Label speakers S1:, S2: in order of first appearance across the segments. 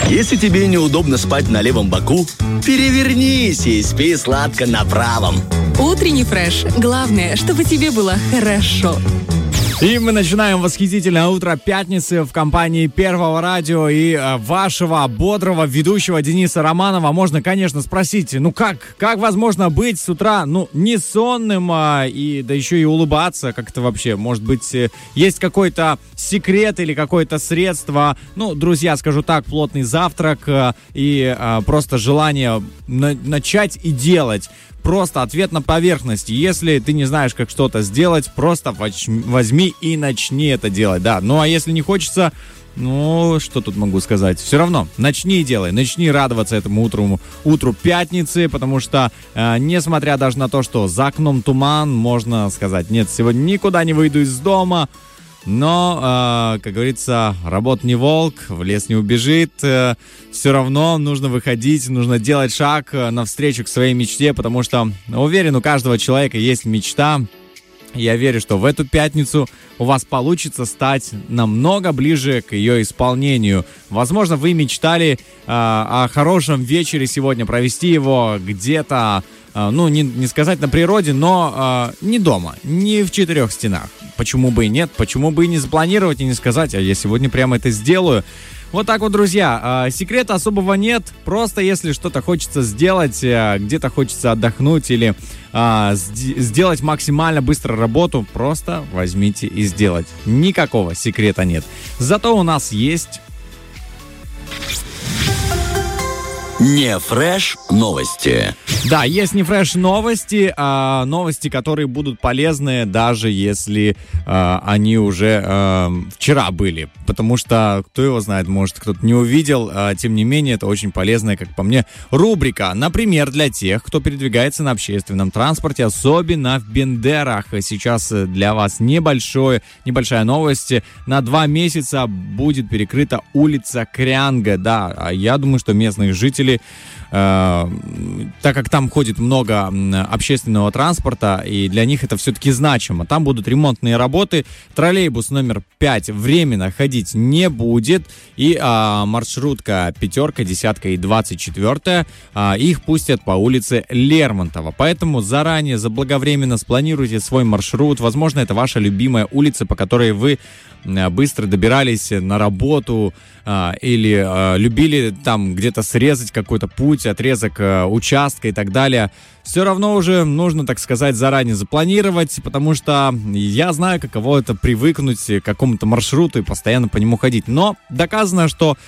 S1: Если тебе неудобно спать на левом боку, перевернись и спи сладко на правом.
S2: Утренний фреш. Главное, чтобы тебе было хорошо.
S3: И мы начинаем восхитительное утро пятницы в компании Первого радио и вашего бодрого ведущего Дениса Романова. Можно, конечно, спросить, как возможно быть с утра, не сонным, и да еще и улыбаться, как это вообще, может быть, есть какой-то секрет или какое-то средство, друзья, скажу так, плотный завтрак и просто желание начать и делать. Просто ответ на поверхности. Если ты не знаешь, как что-то сделать, просто возьми и начни это делать, да. А если не хочется, что тут могу сказать? Все равно, начни и делай. Начни радоваться этому утру пятницы, потому что, несмотря даже на то, что за окном туман, можно сказать, нет, сегодня никуда не выйду из дома. Но, как говорится, работа не волк, в лес не убежит. Все равно нужно выходить, нужно делать шаг навстречу к своей мечте, потому что, уверен, у каждого человека есть мечта. Я верю, что в эту пятницу у вас получится стать намного ближе к ее исполнению. Возможно, вы мечтали о хорошем вечере сегодня, провести его где-то, не сказать на природе, но не дома, не в четырех стенах. Почему бы и нет? Почему бы и не запланировать и не сказать, а я сегодня прямо это сделаю? Вот так вот, друзья, секрета особого нет. Просто если что-то хочется сделать, где-то хочется отдохнуть или сделать максимально быстро работу, просто возьмите и сделать. Никакого секрета нет. Зато у нас есть...
S1: Не фреш новости.
S3: Да, есть не фреш новости, а новости, которые будут полезны, даже если они уже вчера были. Потому что, кто его знает, может, кто-то не увидел. Тем не менее, это очень полезная, как по мне, рубрика. Например, для тех, кто передвигается на общественном транспорте, особенно в Бендерах. Сейчас для вас небольшая новость. На 2 месяца будет перекрыта улица Крянга. Да, я думаю, что местные жители, так как там ходит много общественного транспорта, и для них это все-таки значимо. Там будут ремонтные работы. Троллейбус номер 5 временно ходить не будет. И маршрутка 5, 10 и 24 их пустят по улице Лермонтова. Поэтому заранее, заблаговременно спланируйте свой маршрут. Возможно, это ваша любимая улица, по которой вы быстро добирались на работу или любили там где-то срезать какой-то путь, отрезок участка и так далее. Все равно уже нужно, так сказать, заранее запланировать, потому что я знаю, каково это привыкнуть к какому-то маршруту и постоянно по нему ходить. Но доказано, что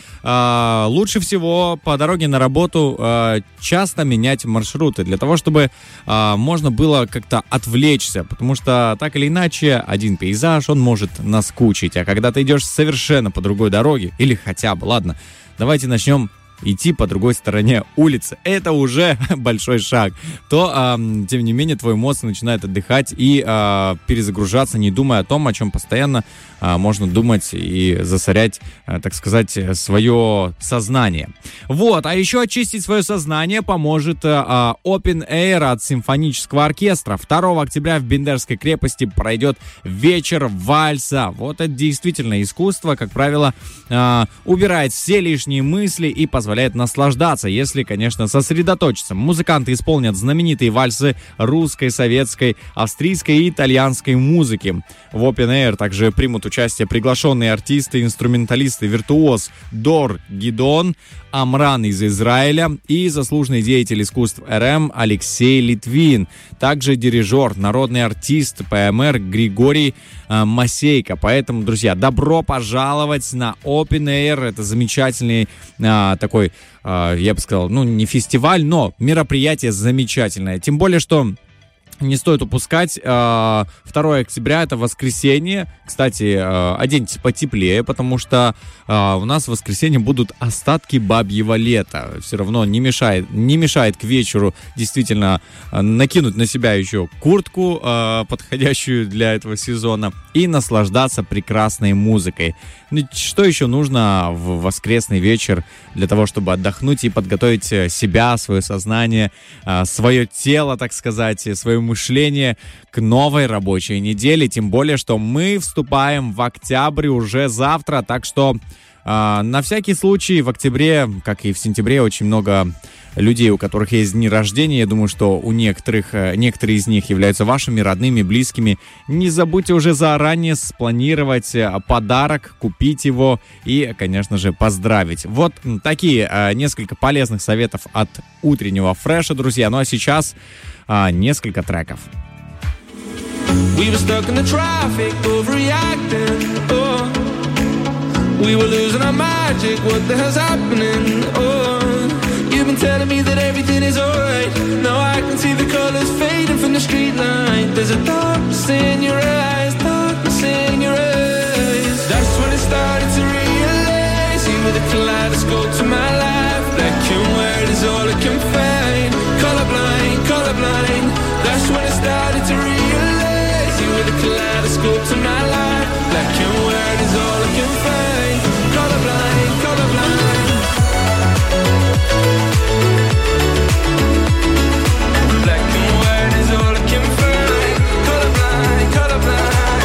S3: лучше всего по дороге на работу часто менять маршруты, для того, чтобы можно было как-то отвлечься, потому что так или иначе один пейзаж, он может наскучить, а когда ты идешь совершенно по другой дороге, или хотя бы, ладно, давайте начнем идти по другой стороне улицы, это уже большой шаг, то, тем не менее, твой мозг начинает отдыхать и перезагружаться, не думая о том, о чем постоянно можно думать и засорять, так сказать, свое сознание. Вот, а еще очистить свое сознание поможет Open Air от симфонического оркестра. 2 октября в Бендерской крепости пройдет вечер вальса. Вот это действительно искусство, как правило, убирает все лишние мысли и позволяет наслаждаться, если, конечно, сосредоточиться. Музыканты исполнят знаменитые вальсы русской, советской, австрийской и итальянской музыки. В Open Air также примут участие приглашенные артисты, инструменталисты, виртуоз Дор Гидон, Амран из Израиля и заслуженный деятель искусств РМ Алексей Литвин. Также дирижер, народный артист ПМР Григорий Масейко. Поэтому, друзья, добро пожаловать на Open Air. Это замечательный такой, я бы сказал, не фестиваль, но мероприятие замечательное. Тем более, что не стоит упускать 2 октября, это воскресенье. Кстати, оденьтесь потеплее, потому что у нас в воскресенье будут остатки бабьего лета. Все равно не мешает к вечеру действительно накинуть на себя еще куртку, подходящую для этого сезона, и наслаждаться прекрасной музыкой. Что еще нужно в воскресный вечер для того, чтобы отдохнуть и подготовить себя, свое сознание, свое тело, так сказать, свое мышление к новой рабочей неделе. Тем более, что мы вступаем в октябрь уже завтра, так что На всякий случай в октябре, как и в сентябре, очень много людей, у которых есть дни рождения. Я думаю, что у некоторые из них являются вашими родными, близкими. Не забудьте уже заранее спланировать подарок, купить его и, конечно же, поздравить. Вот такие несколько полезных советов от утреннего фреша, друзья. Ну а сейчас несколько треков.
S4: We were stuck in the traffic, overreacting, oh. We were losing our magic, what the hell's happening, oh. You've been telling me that everything is alright. Now I can see the colors fading from the street light. There's a darkness in your eyes, darkness in your eyes. That's when it started to realize you were the kaleidoscope to my life. Black and white is all I can find. Colorblind, colorblind. That's when it started to realize you were the kaleidoscope to my life. Black and white is all I can find. Colorblind, colorblind. Black and white is all I can find. Colorblind, colorblind.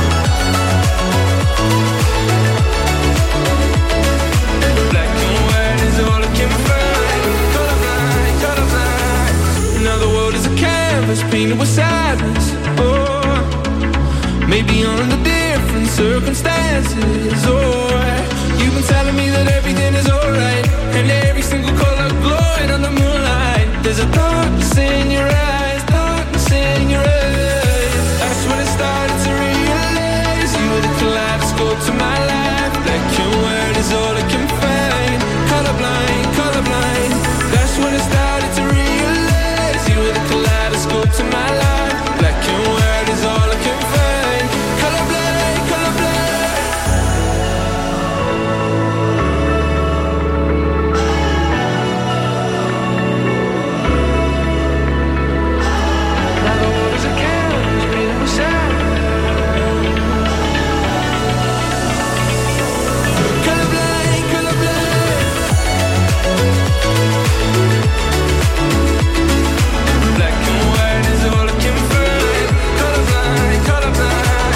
S4: Black and white is all I can find. Colorblind, colorblind. Now the world is a canvas painted with sadness. Oh, maybe under different circumstances. Oh, you've been telling me that everything is alright, and every single color glowing on the moonlight. There's a darkness in your eyes, darkness in your eyes. That's when it started to realize you were the kaleidoscope to my life. Black and white is all I can find. Colorblind, colorblind. That's when it started to realize you were the kaleidoscope to my life. Black and white is all I can find. Colorblind, colorblind. Now the world is a canvas painted with sand. Colorblind, colorblind. Black and white is all I can find. Colorblind, colorblind.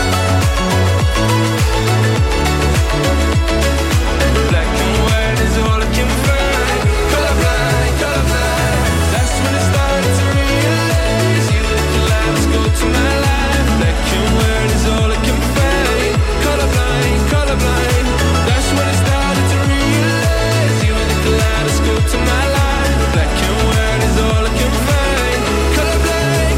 S4: Black and white is all I can find. Colorblind, colorblind. That's when it started to realize you were the kaleidoscope to my life. Black and white is all I can find. Colorblind, colorblind. That's when it started to realize you were the kaleidoscope to my life. Black and white is all I can find. Colorblind,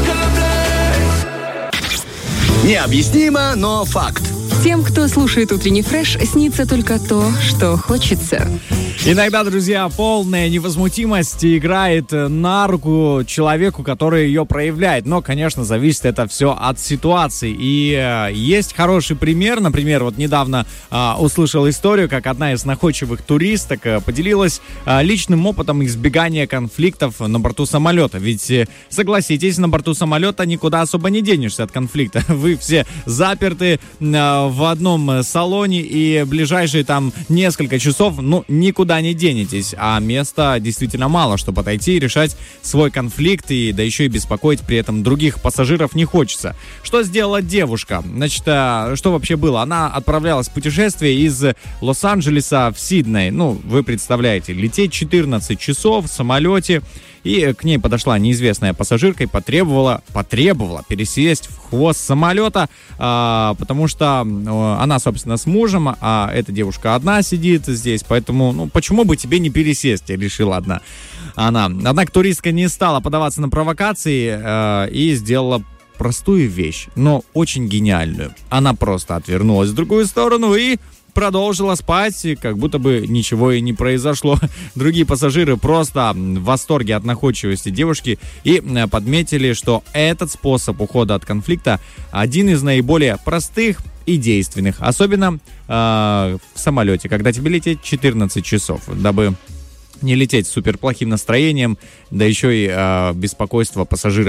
S4: colorblind.
S1: Необъяснимо, но факт.
S2: Тем, кто слушает утренний фреш, снится только то, что хочется.
S3: Иногда, друзья, полная невозмутимость играет на руку человеку, который ее проявляет. Но, конечно, зависит это все от ситуации. И есть хороший пример. Например, вот недавно услышал историю, как одна из находчивых туристок поделилась личным опытом избегания конфликтов на борту самолета. Ведь, согласитесь, на борту самолета никуда особо не денешься от конфликта. Вы все заперты в одном салоне, и ближайшие там несколько часов, никуда не денетесь, а места действительно мало, чтобы отойти и решать свой конфликт, и да еще и беспокоить при этом других пассажиров не хочется. Что сделала девушка? Значит, что вообще было? Она отправлялась в путешествие из Лос-Анджелеса в Сидней. Вы представляете, лететь 14 часов в самолете, и к ней подошла неизвестная пассажирка и потребовала пересесть в хвост самолета, потому что она, собственно, с мужем, а эта девушка одна сидит здесь, поэтому, почему бы тебе не пересесть, решила она. Однако туристка не стала поддаваться на провокации и сделала простую вещь, но очень гениальную. Она просто отвернулась в другую сторону и продолжила спать, как будто бы ничего и не произошло. Другие пассажиры просто в восторге от находчивости девушки и подметили, что этот способ ухода от конфликта один из наиболее простых и действенных, особенно в самолете, когда тебе лететь 14 часов, дабы не лететь с суперплохим настроением, да еще и беспокойство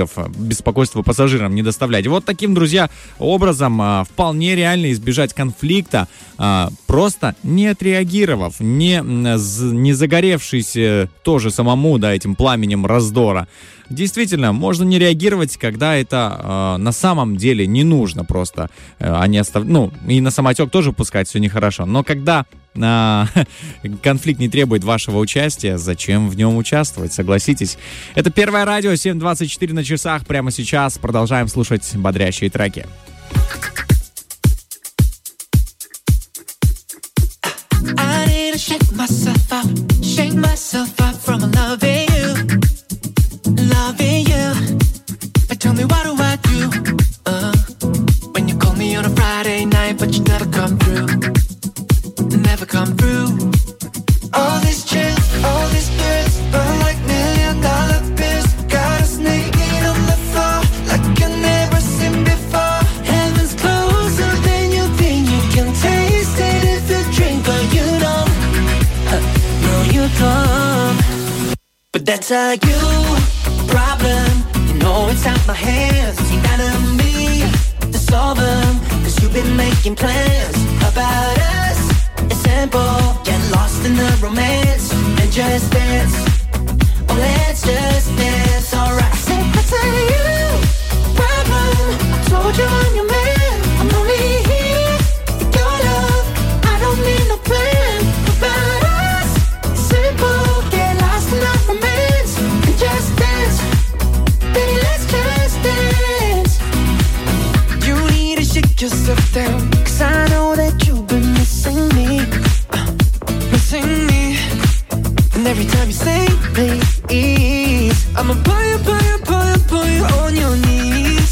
S3: пассажирам не доставлять. Вот таким, друзья, образом вполне реально избежать конфликта, просто не отреагировав, не загоревшись тоже самому, этим пламенем раздора. Действительно, можно не реагировать, когда это на самом деле не нужно просто. И на самотек тоже пускать все нехорошо. Но когда конфликт не требует вашего участия, зачем в нем участвовать, согласитесь. Это Первое радио, 7:24 на часах. Прямо сейчас продолжаем слушать бодрящие треки.
S5: Shake myself up from loving you. But tell me what do I do when you call me on a Friday night, but you never come through. All these chills, all these thrills, burn like $1,000,000 bills. Got us naked on the floor, like I've never seen before. Heaven's closer than you think. You can taste it if you drink, but you don't. No, you don't. But that's a you problem. You know it's out my hands. Ain't that on me to solve them? 'Cause you've been making plans about us. It's simple. Get lost in the romance and just dance. Oh, let's just dance. Alright. I said that's a you problem. I told you I'm your man. I'm only here for your love. I don't need no plan about us. It's simple. Get lost in the romance and just dance. Baby, let's just dance. You need to shake yourself down, 'cause I know that you've been missing me. And every time you say please, I'ma pull you on your knees.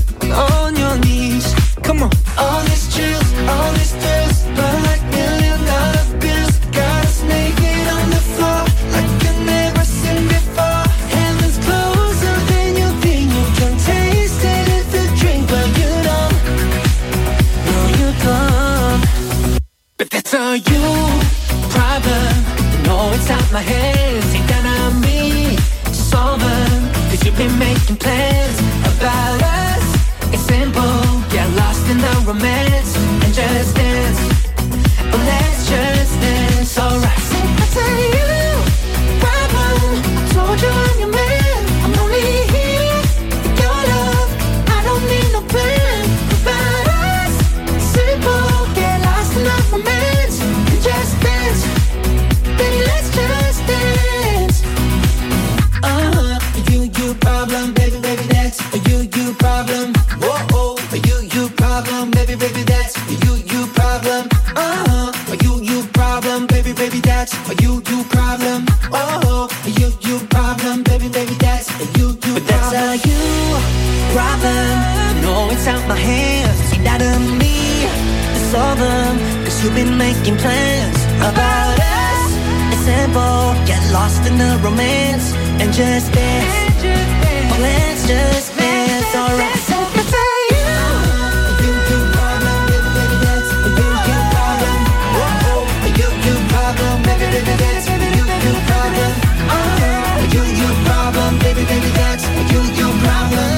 S5: Come on. All these chills, all these thrills, burn like $1,000,000 bills. Got us naked on the floor, like I've never seen before. Heaven's closer than you think. You can taste it if you drink, but you don't. No, you don't. But that's all you problem. No, it's out my hands. Ain't that on me to solve them? 'Cause you've been making plans about us. It's simple. Get lost in the romance and just dance. Oh, let's just dance. Alright. So I tell you, problem. I told you I'm your man. I'm only here for your love. I don't need no plan about us. It's simple. Get lost in the romance and just dance. Baby, let's just dance. You problem, baby, that's a you problem. Whoa, a you problem, baby, that's a you problem. You problem, baby, that's a you problem. Oh, a you problem, baby, that's a you problem. But that's a you problem. No, it's out my hands. Ain't that on me to solve them? 'Cause you've been making plans about us. It's simple. Get lost in the romance and just dance. Oh, let's just dance. Alright. So I tell you, you problem, baby, that's a you problem. Whoa, a you problem, baby, that's a you problem. You problem, baby, that's a you problem.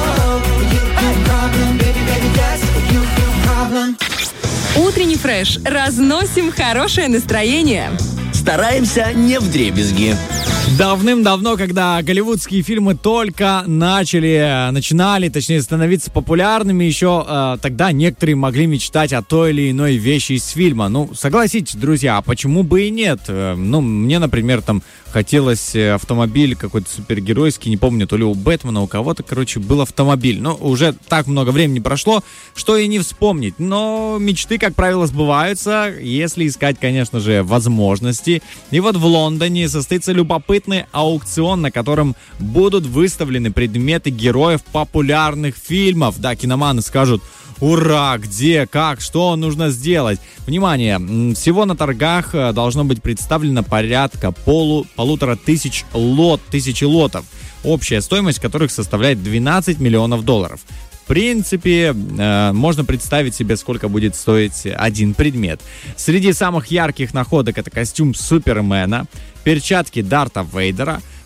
S5: You problem, baby, that's a you problem.
S2: Утренний фреш. Разносим хорошее настроение.
S1: Стараемся не вдребезги.
S3: Давным-давно, когда голливудские фильмы только начинали, точнее, становиться популярными, еще тогда некоторые могли мечтать о той или иной вещи из фильма. Ну, согласитесь, друзья, а почему бы и нет? Мне, например, там хотелось автомобиль какой-то супергеройский, не помню, то ли у Бэтмена, у кого-то, был автомобиль. Но уже так много времени прошло, что и не вспомнить. Но мечты, как правило, сбываются, если искать, конечно же, возможности. И вот в Лондоне состоится любопытный аукцион, на котором будут выставлены предметы героев популярных фильмов. Да, киноманы скажут: ура, где, как, что нужно сделать. Внимание, всего на торгах должно быть представлено порядка 1500 лотов, общая стоимость которых составляет $12 миллионов. В принципе, можно представить себе, сколько будет стоить один предмет. Среди самых ярких находок это костюм Супермена, перчатки Дарта Вейдера,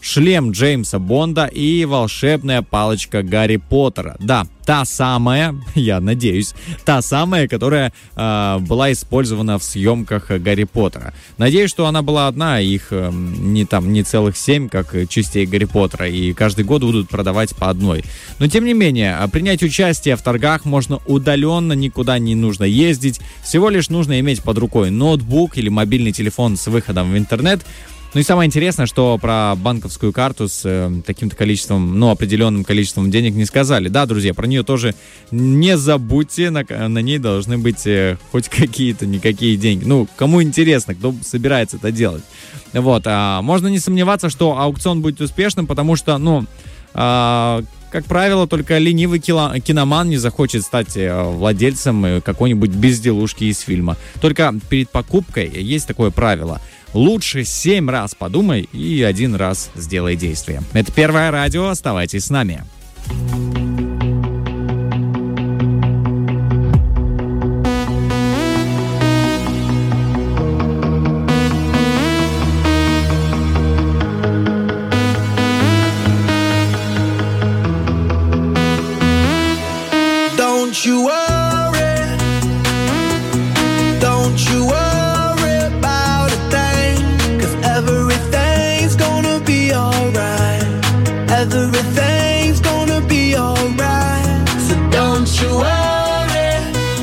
S3: шлем Джеймса Бонда и волшебная палочка Гарри Поттера. Да, та самая, я надеюсь, та самая, которая была использована в съемках Гарри Поттера. Надеюсь, что она была одна, их не целых 7, как частей Гарри Поттера, и каждый год будут продавать по одной. Но, тем не менее, принять участие в торгах можно удаленно, никуда не нужно ездить, всего лишь нужно иметь под рукой ноутбук или мобильный телефон с выходом в интернет. Ну и самое интересное, что про банковскую карту с таким-то количеством, определенным количеством денег не сказали. Да, друзья, про нее тоже не забудьте, на ней должны быть хоть какие-то-никакие деньги. Ну, кому интересно, кто собирается это делать. Вот, можно не сомневаться, что аукцион будет успешным, потому что, как правило, только ленивый киноман не захочет стать владельцем какой-нибудь безделушки из фильма. Только перед покупкой есть такое правило. Лучше 7 раз подумай и 1 раз сделай действие. Это Первое радио, оставайтесь с нами.
S5: Everything's gonna be alright. So don't you worry.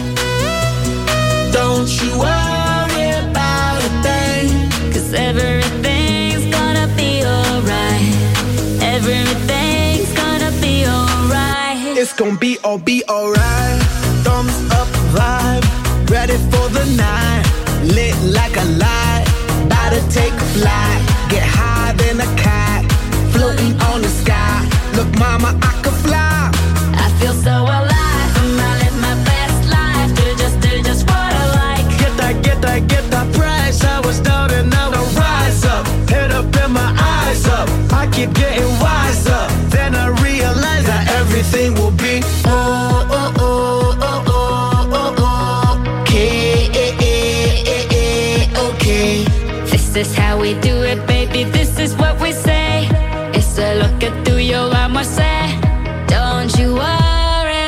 S5: Don't you worry about a thing. 'Cause everything's gonna be alright. Everything's gonna be alright. It's gonna be alright. Thumbs up vibe. Ready for the night. Lit like a light. About to take a flight. Get higher than a cat. Floating on the sky. Look, mama, I could fly. I feel so alive. I live my best life. Do just what I like. Get that price. I was down and now I rise up. Head up and my eyes up. I keep getting wiser. Then I realize that everything will be okay. This is how we do it, baby. This is what we say. So look at through your armor, say, don't you worry.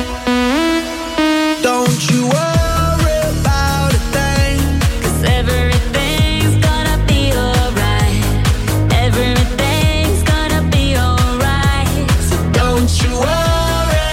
S5: Don't you worry about a thing. 'Cause everything's gonna be alright. Everything's gonna be alright. So don't you worry.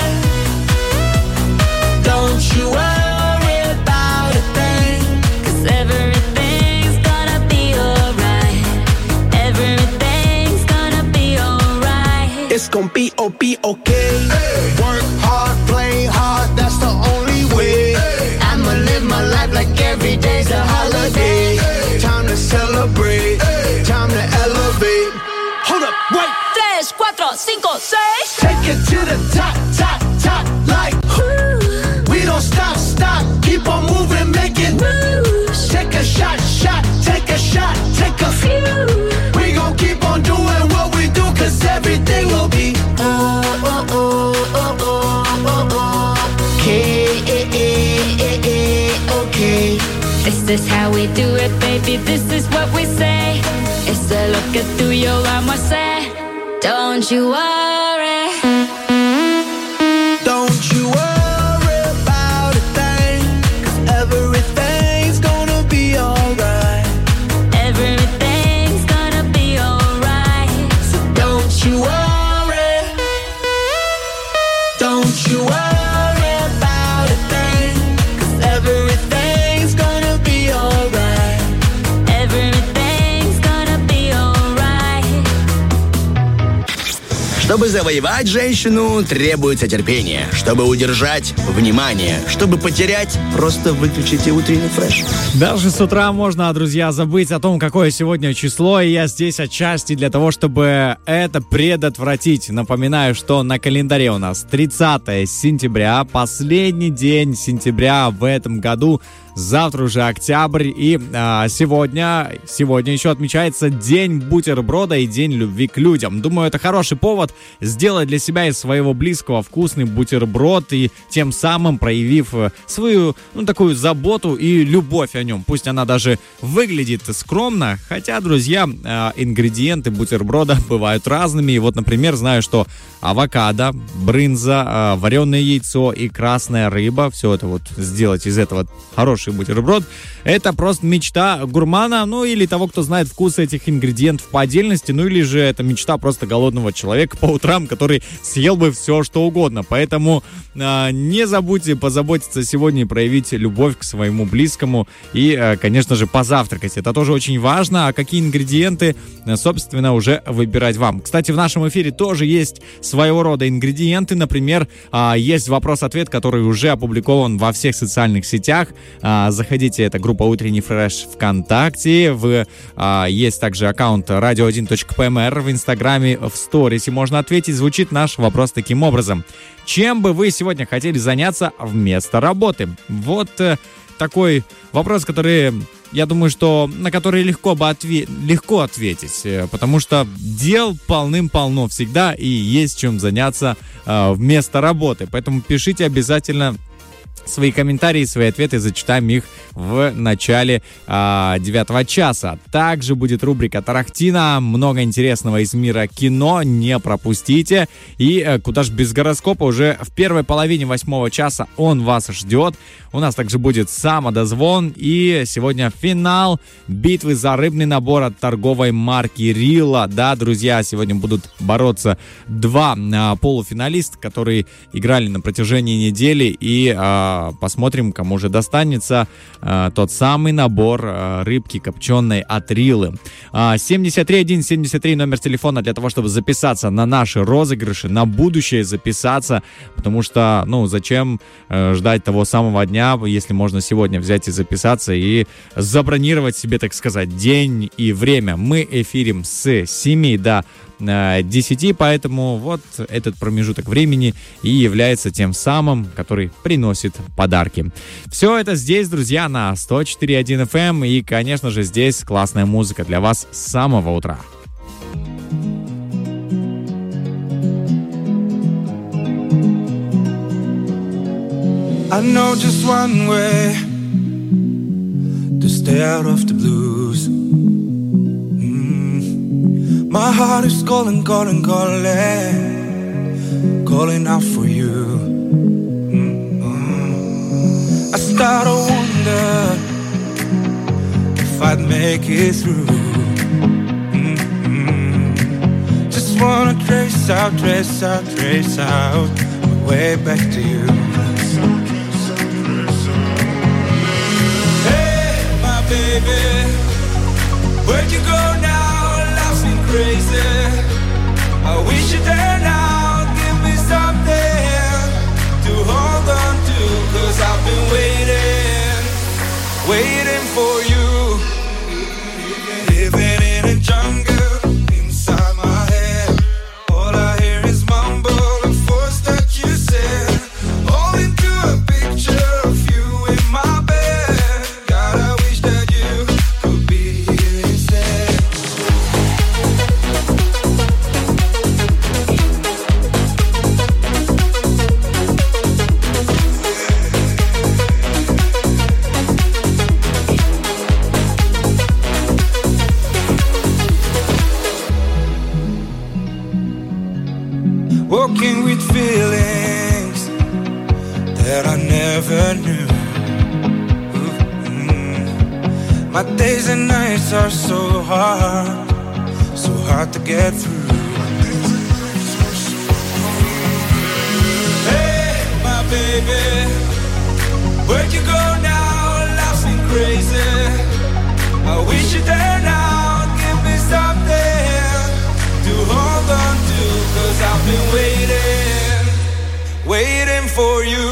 S5: Don't you worry about a thing. 'Cause everything's gonna be alright. Everything's It's gonna be okay. Hey. Work hard, play hard, that's the only way. Hey. I'ma live my life like every day's a holiday. Hey. Time to celebrate, hey. Time to elevate. Hold up, wait. 3, 4, 5, 6. Take it to the top, like ooh. We don't stop, keep on moving, make it moves. Take a shot, take a shot, take a few. We gon' keep on doing what we do, 'cause everything will be okay. This is how we do it, baby. This is what we say. It's a look at through your armor, say, don't you worry. Don't you worry about a thing. 'Cause everything's gonna be alright. Everything's gonna be alright. So don't you worry. Don't you worry about a thing. 'Cause everything's gonna be alright. Everything's gonna be alright.
S1: Чтобы завоевать женщину, требуется терпение. Чтобы удержать — внимание. Чтобы потерять, просто выключите утренний фреш.
S3: Даже с утра можно, друзья, забыть о том, какое сегодня число, и я здесь отчасти для того, чтобы это предотвратить. Напоминаю, что на календаре у нас 30 сентября, последний день сентября в этом году. завтра уже октябрь, и сегодня еще отмечается День бутерброда и День любви к людям. Думаю, это хороший повод сделать для себя и своего близкого вкусный бутерброд, и тем самым проявив свою, такую заботу и любовь о нем. Пусть она даже выглядит скромно, хотя, друзья, ингредиенты бутерброда бывают разными. И вот, например, знаю, что авокадо, брынза, вареное яйцо и красная рыба, все это вот сделать из этого хороший бутерброд, это просто мечта гурмана, или того, кто знает вкус этих ингредиентов по отдельности, или же это мечта просто голодного человека по утрам, который съел бы все, что угодно. Поэтому не забудьте позаботиться сегодня и проявить любовь к своему близкому и, конечно же, позавтракать. Это тоже очень важно. А какие ингредиенты, собственно, уже выбирать вам. Кстати, в нашем эфире тоже есть своего рода ингредиенты. Например, есть вопрос-ответ, который уже опубликован во всех социальных сетях. Заходите, это группа «Утренний фреш» ВКонтакте. Есть также аккаунт radio1.pmr в Инстаграме, в сторисе можно ответить. Звучит наш вопрос таким образом. Чем бы вы сегодня хотели заняться вместо работы? Вот такой вопрос, который, я думаю, что на который легко ответить, потому что дел полным-полно всегда, и есть чем заняться вместо работы. Поэтому пишите обязательно свои комментарии, свои ответы, зачитаем их в начале 9 часа. Также будет рубрика «Тарахтина», много интересного из мира кино, не пропустите. И куда ж без гороскопа, уже в первой половине 8 часа он вас ждет. У нас также будет самодозвон, и сегодня финал битвы за рыбный набор от торговой марки Рила. Да, друзья, сегодня будут бороться два полуфиналиста, которые играли на протяжении недели, и посмотрим, кому же достанется тот самый набор рыбки копченой от Рилы. 73173 номер телефона для того, чтобы записаться на наши розыгрыши, на будущее записаться, потому что, зачем ждать того самого дня, если можно сегодня взять и записаться и забронировать себе, так сказать, день и время. Мы эфирим с 7 до 10, поэтому вот этот промежуток времени и является тем самым, который приносит подарки. Все это здесь, друзья, на 104.1 FM, и, конечно же, здесь классная музыка для вас с самого утра.
S5: I know just one way to stay out of the blues. My heart is calling, calling, calling, calling out for you. I start to wonder if I'd make it through. Just wanna trace out my way back to you. Hey, my baby, where'd you go now? Crazy. I wish you there now. Give me something to hold on to, 'cause I've been waiting for you. Living in a jungle inside my head. All I hear is mumble and force that you said. All into a picture of you in my bed. God, I wish that you could be here instead. Walking with feelings that I never knew. My days and nights are so hard to get through. Hey, my baby, where'd you go now? Life's been crazy. I wish you there now. Give me something to hold on to, 'cause I've been waiting for you.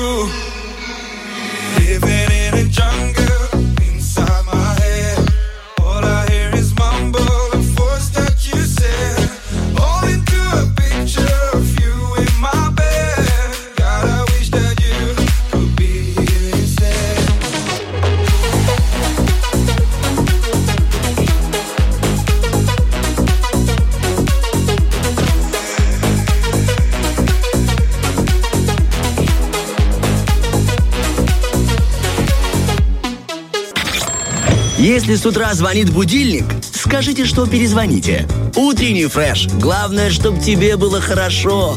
S5: Living in a jungle inside my head. All I hear is mumble and force that you said. All into a picture of you in my bed. God, I wish that you could be here instead.
S1: Если с утра звонит будильник, скажите, что перезвоните. Утренний фреш. Главное, чтобы тебе было хорошо.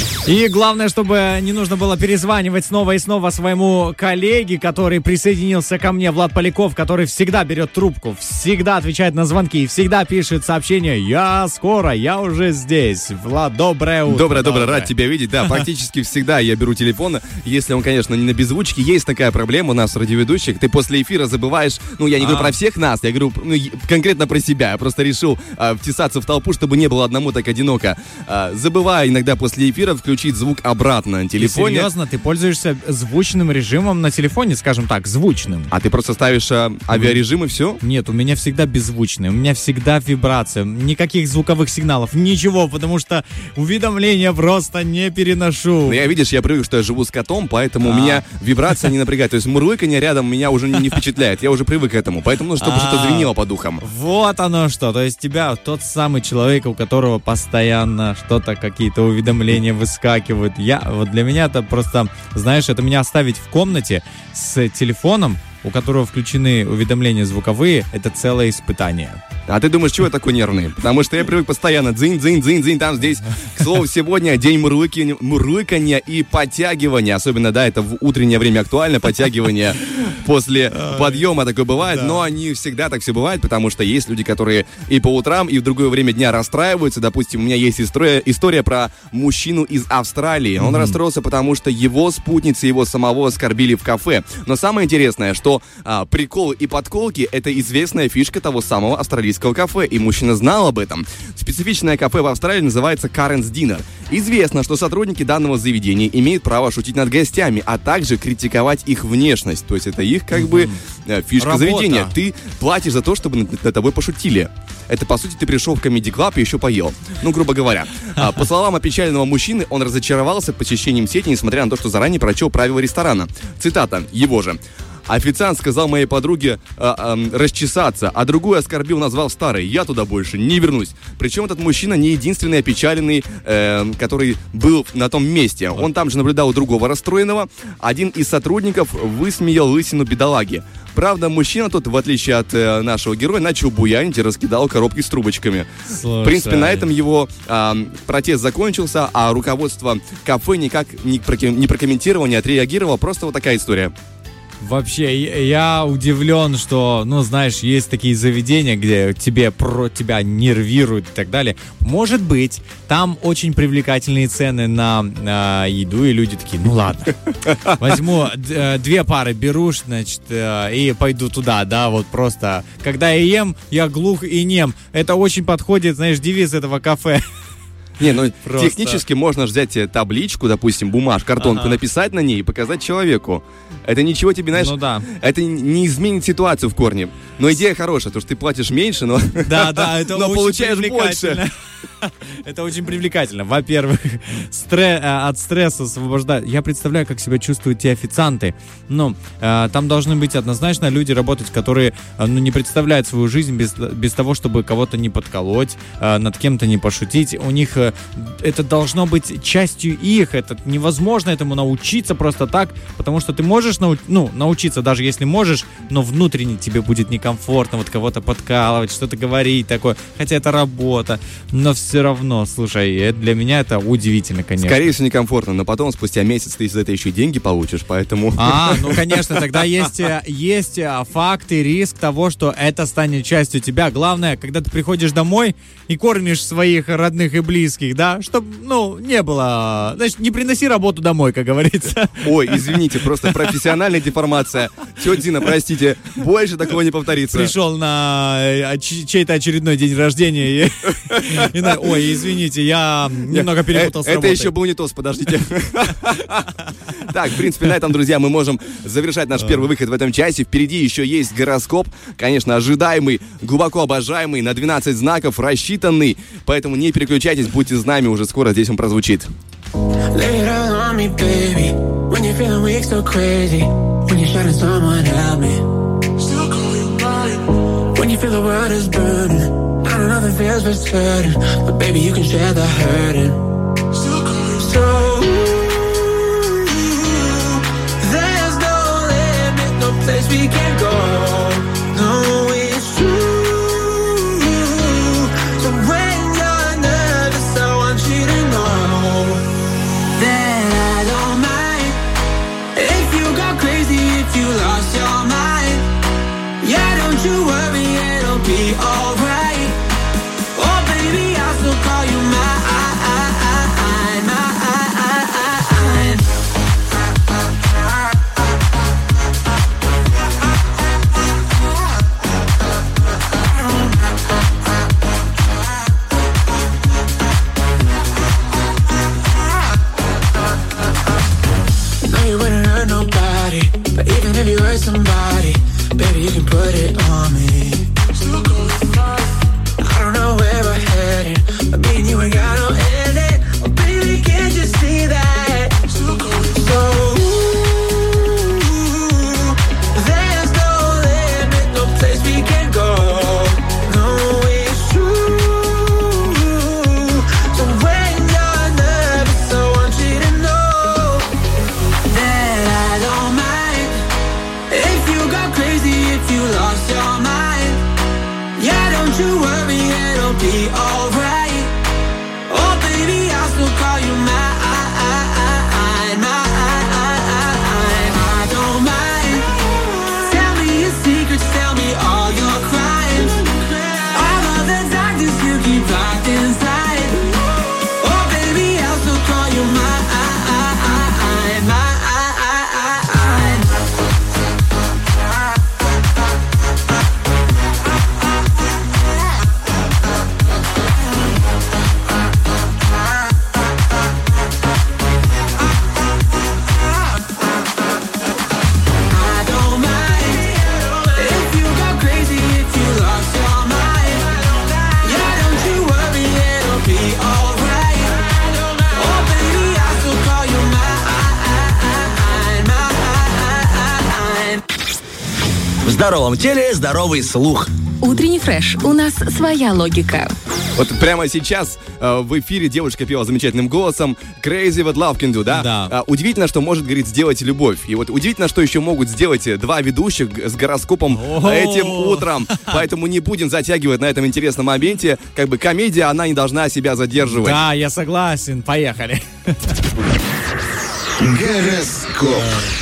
S3: И главное, чтобы не нужно было перезванивать снова и снова своему коллеге, который присоединился ко мне, Влад Поляков, который всегда берет трубку, всегда отвечает на звонки и всегда пишет сообщение: «Я скоро, я уже здесь». Влад, доброе утро.
S6: Доброе, рад тебя видеть. Да, практически всегда я беру телефон, если он, конечно, не на беззвучке. Есть такая проблема у нас, радиоведущих. Ты после эфира забываешь, я не говорю про всех нас, я говорю конкретно про себя. Я просто решил втесаться в толпу, чтобы не было одному так одиноко. Забываю иногда после эфира включить звук обратно на телефоне.
S3: И серьезно, ты пользуешься звучным режимом на телефоне, скажем так, звучным?
S6: А ты просто ставишь авиарежим и все?
S3: Нет, у меня всегда беззвучный, у меня всегда вибрация, никаких звуковых сигналов, ничего, потому что уведомления просто не переношу.
S6: Я привык, что я живу с котом, поэтому у меня вибрация не напрягает. То есть мурлыканье рядом меня уже не впечатляет, я уже привык к этому, поэтому чтобы что-то звенело по духам.
S3: Вот оно что, то есть тебя тот самый человек, у которого постоянно что-то, какие-то уведомления выскакивают. Вот для меня это просто, знаешь, это меня оставить в комнате с телефоном, у которого включены уведомления звуковые, это целое испытание.
S6: А ты думаешь, чего я такой нервный? Потому что я привык постоянно дзынь, там здесь. К слову, сегодня день мурлыканья и подтягивания. Особенно, да, это в утреннее время актуально, подтягивание после подъема такое бывает. Но они всегда так все бывает, потому что есть люди, которые и по утрам, и в другое время дня расстраиваются. Допустим, у меня есть история про мужчину из Австралии. Он расстроился, потому что его спутницы его самого оскорбили в кафе. Но самое интересное, что приколы и подколки — это известная фишка того самого австралийского кафе, и мужчина знал об этом. Специфичное кафе в Австралии называется Karen's Dinner. Известно, что сотрудники данного заведения имеют право шутить над гостями, а также критиковать их внешность. То есть это их фишка
S3: Работа.
S6: заведения. Ты платишь за то, чтобы над тобой пошутили. Это, по сути, ты пришел в комеди-клаб и еще поел. Грубо говоря. По словам опечаленного мужчины, он разочаровался посещением сети, несмотря на то, что заранее прочел правила ресторана. Цитата его же. «Официант сказал моей подруге расчесаться, а другую оскорбил, назвал старой. Я туда больше не вернусь». Причем этот мужчина не единственный опечаленный, который был на том месте. Он там же наблюдал другого расстроенного. Один из сотрудников высмеял лысину бедолаги. Правда, мужчина тот, в отличие от нашего героя, начал буянить и раскидал коробки с трубочками. Слушай. В принципе, на этом его протест закончился, а руководство кафе никак не прокомментировало, не отреагировало. Просто вот такая история.
S3: Вообще, я удивлен, что, знаешь, есть такие заведения, где тебя нервируют и так далее. Может быть, там очень привлекательные цены на еду, и люди такие, ладно, возьму 2 пары берушь, значит, и пойду туда, да, вот просто. Когда я ем, я глух и нем. Это очень подходит, знаешь, девиз этого кафе.
S6: Технически можно взять табличку, допустим, бумажку, картонку, написать на ней и показать человеку. Это ничего тебе, знаешь, это не изменит ситуацию в корне. Но идея хорошая, потому что ты платишь меньше, но получаешь больше.
S3: Это очень привлекательно. Во-первых, от стресса освобождать. Я представляю, как себя чувствуют те официанты. Там должны быть однозначно люди работать, которые не представляют свою жизнь без того, чтобы кого-то не подколоть, над кем-то не пошутить. У них это должно быть частью их. Это невозможно этому научиться просто так, потому что ты можешь научиться, даже если можешь, но внутренне тебе будет некомфортно вот кого-то подкалывать, что-то говорить такое. Хотя это работа, но все равно, слушай, для меня это удивительно, конечно.
S6: Скорее всего, некомфортно, но потом, спустя месяц, ты за это еще и деньги получишь, поэтому...
S3: Конечно, тогда есть факт и риск того, что это станет частью тебя. Главное, когда ты приходишь домой и кормишь своих родных и близких, да, чтобы, не было... Значит, не приноси работу домой, как говорится.
S6: Ой, извините, просто профессиональная деформация. Тетя Зина, простите, больше такого не повторится.
S3: Пришел на чей-то очередной день рождения и ой, извините, я немного перепутал с работой.
S6: Это еще был не тост, подождите. Так, в принципе, на этом, друзья, мы можем завершать наш первый выход в этом часе. Впереди еще есть гороскоп, конечно, ожидаемый, глубоко обожаемый, на 12 знаков рассчитанный. Поэтому не переключайтесь, будьте с нами, уже скоро здесь он прозвучит.
S5: Not another feels but certain, but baby you can share the hurting. So there's no limit, no place we can go. No, it's somebody, baby, you can put it on me. I don't know where we're headed, but me and you ain't got no ending. Oh, baby, can't you see that? So, there's no limit, no place we can go. No, it's true. So when you're nervous, I want you to know that I don't mind if you go crazy, if you lost your mind. Yeah, don't you worry, it'll be alright. Oh, baby, I'll still call you mine. I don't mind. Tell me your secrets, tell me all your crimes. All of the darkness you keep locked inside. Oh, baby, I'll still call you mine.
S1: В здоровом теле здоровый слух.
S2: Утренний фреш. У нас своя логика.
S6: Вот прямо сейчас в эфире девушка пела замечательным голосом Crazy What Love Can Do, да?
S3: Да.
S6: Удивительно, что может, говорит, сделать любовь. И вот удивительно, что еще могут сделать два ведущих с гороскопом этим утром. Поэтому не будем затягивать на этом интересном моменте. Как бы комедия, она не должна себя задерживать.
S3: Да, я согласен. Поехали.
S1: Гороскоп.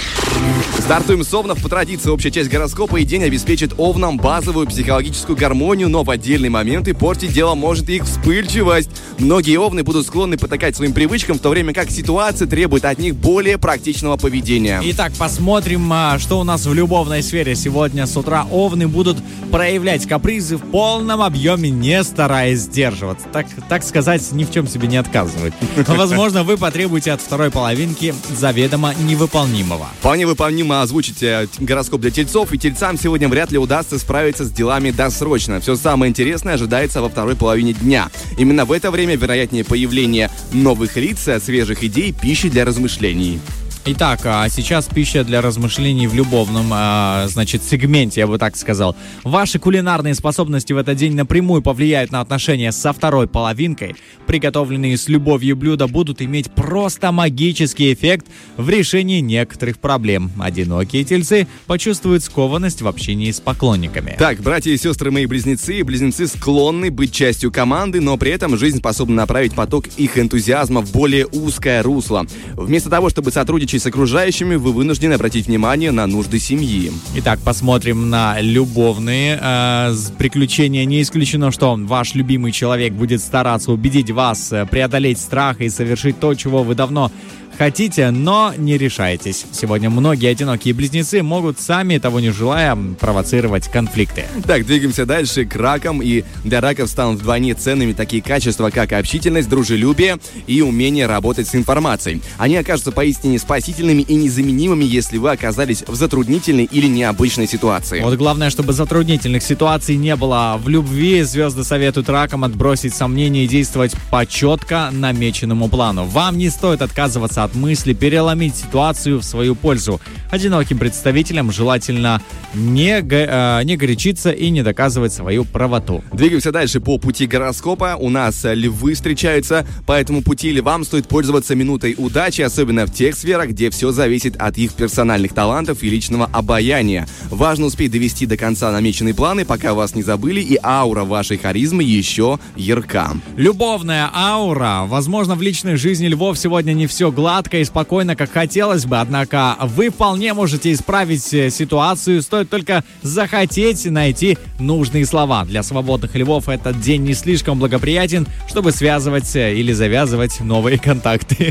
S6: Стартуем с овнов. По традиции, общая часть гороскопа и день обеспечит овнам базовую психологическую гармонию, но в отдельные моменты портить дело может их вспыльчивость. Многие овны будут склонны потакать своим привычкам, в то время как ситуация требует от них более практичного поведения.
S3: Итак, посмотрим, что у нас в любовной сфере. Сегодня с утра овны будут проявлять капризы в полном объеме, не стараясь сдерживаться. Так сказать, ни в чем себе не отказывать. Но, возможно, вы потребуете от второй половинки заведомо невыполнимого.
S6: Вполне выполнимо озвучите гороскоп для тельцов, и тельцам сегодня вряд ли удастся справиться с делами досрочно. Все самое интересное ожидается во второй половине дня. Именно в это время вероятнее появление новых лиц, свежих идей, пищи для размышлений.
S3: Итак, сейчас пища для размышлений в любовном, сегменте, я бы так сказал. Ваши кулинарные способности в этот день напрямую повлияют на отношения со второй половинкой. Приготовленные с любовью блюда будут иметь просто магический эффект в решении некоторых проблем. Одинокие тельцы почувствуют скованность в общении с поклонниками.
S6: Так, братья и сестры мои близнецы склонны быть частью команды, но при этом жизнь способна направить поток их энтузиазма в более узкое русло. Вместо того, чтобы сотрудничать с окружающими, вы вынуждены обратить внимание на нужды семьи.
S3: Итак, посмотрим на любовные приключения. Не исключено, что ваш любимый человек будет стараться убедить вас преодолеть страх и совершить то, чего вы давно хотите, но не решаетесь. Сегодня многие одинокие близнецы могут, сами того не желая, провоцировать конфликты.
S6: Так, двигаемся дальше к ракам. И для раков станут вдвойне ценными такие качества, как общительность, дружелюбие и умение работать с информацией. Они окажутся поистине спасительными и незаменимыми, если вы оказались в затруднительной или необычной ситуации.
S3: Вот главное, чтобы затруднительных ситуаций не было. В любви звезды советуют ракам отбросить сомнения и действовать по четко намеченному плану. Вам не стоит отказываться от мысли переломить ситуацию в свою пользу. Одиноким представителям желательно не горячиться и не доказывать свою правоту.
S6: Двигаемся дальше по пути гороскопа. У нас львы встречаются. По этому пути львам стоит пользоваться минутой удачи, особенно в тех сферах, где все зависит от их персональных талантов и личного обаяния. Важно успеть довести до конца намеченные планы, пока вас не забыли, и аура вашей харизмы еще ярка.
S3: Любовная аура. Возможно, в личной жизни львов сегодня не все гладко и спокойно, как хотелось бы, однако вы вполне можете исправить ситуацию, стоит только захотеть найти нужные слова. Для свободных львов этот день не слишком благоприятен, чтобы связывать или завязывать новые контакты.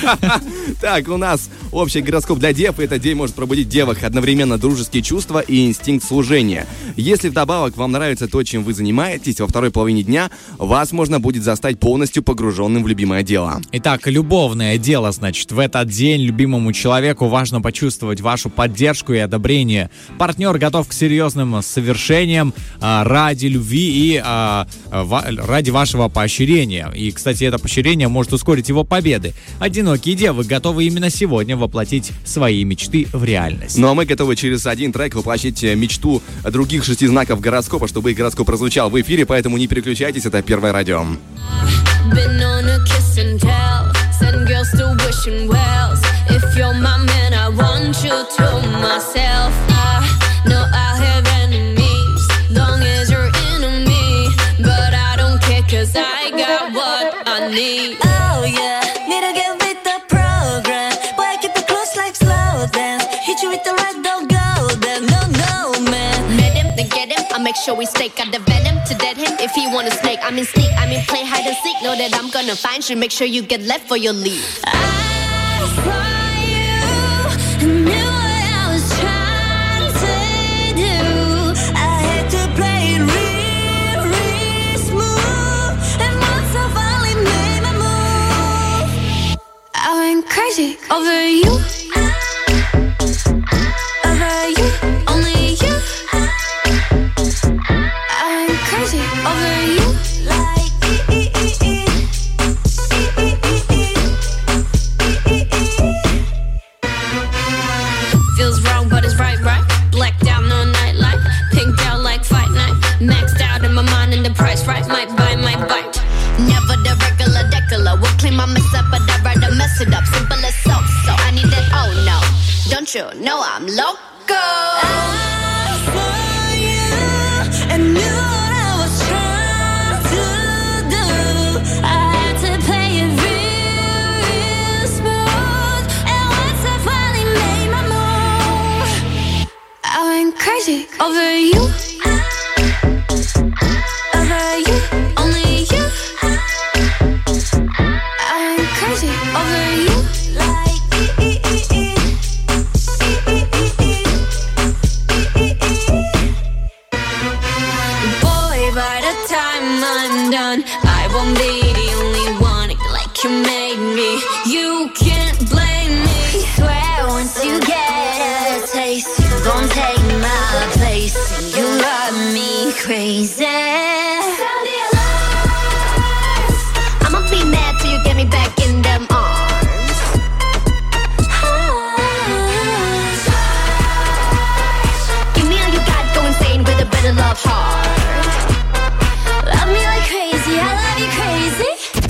S6: Так, у нас общий гороскоп для дев, и этот день может пробудить в девах одновременно дружеские чувства и инстинкт служения. Если вдобавок вам нравится то, чем вы занимаетесь, во второй половине дня вас можно будет застать полностью погруженным в любимое дело.
S3: Итак, любовное дело, значит, значит, в этот день любимому человеку важно почувствовать вашу поддержку и одобрение. Партнер готов к серьезным совершениям ради любви и ради вашего поощрения. И, кстати, это поощрение может ускорить его победы. Одинокие девы готовы именно сегодня воплотить свои мечты в реальность.
S6: Ну а мы готовы через один трек воплотить мечту других 6 знаков гороскопа, чтобы их гороскоп прозвучал в эфире, поэтому не переключайтесь, это Первое радио.
S7: Been on a kiss and tell, send girls to wishing wells. If you're my man, I want you to myself. I know I'll have enemies, long as you're into me. But I don't care, cause I got what I need. Oh yeah, need to get with the program. Boy, I keep it close like slow dance. Hit you with the right, don't go there, no man. Met him, then get him, I'll make sure we stake out the venom to dead him. If he wanna snake, I mean sneak, I mean play hide and seek. Know that I'm gonna find you, make sure you get left for your lead. I saw you, knew what I was trying to do. I had to play it real smooth. And once I finally made my move, I went crazy over you. Over you, only you. I went crazy over you. Feels wrong, but it's right. Blacked out, no nightlight. Pinked out like fight night. Maxed out in my mind and the price right. Might buy, might bite. Never the regular decular. Will clean my mess up, but I'd rather mess it up. Simple as so I need that, oh no. Don't you know I'm loco? I saw you and knew what I was trying to do. I had to play it real smooth. And once I finally made my move, I went crazy over you. Over you, only you. I went crazy over you. Boy, by the time I'm done, I won't be the only one like you made me. You can't blame me. Swear once you get a taste, you gon' take my place. You love me crazy. I'ma be mad till you get me back in them arms. Give me all you got, go insane with a better love heart. Love me like crazy, I love you crazy.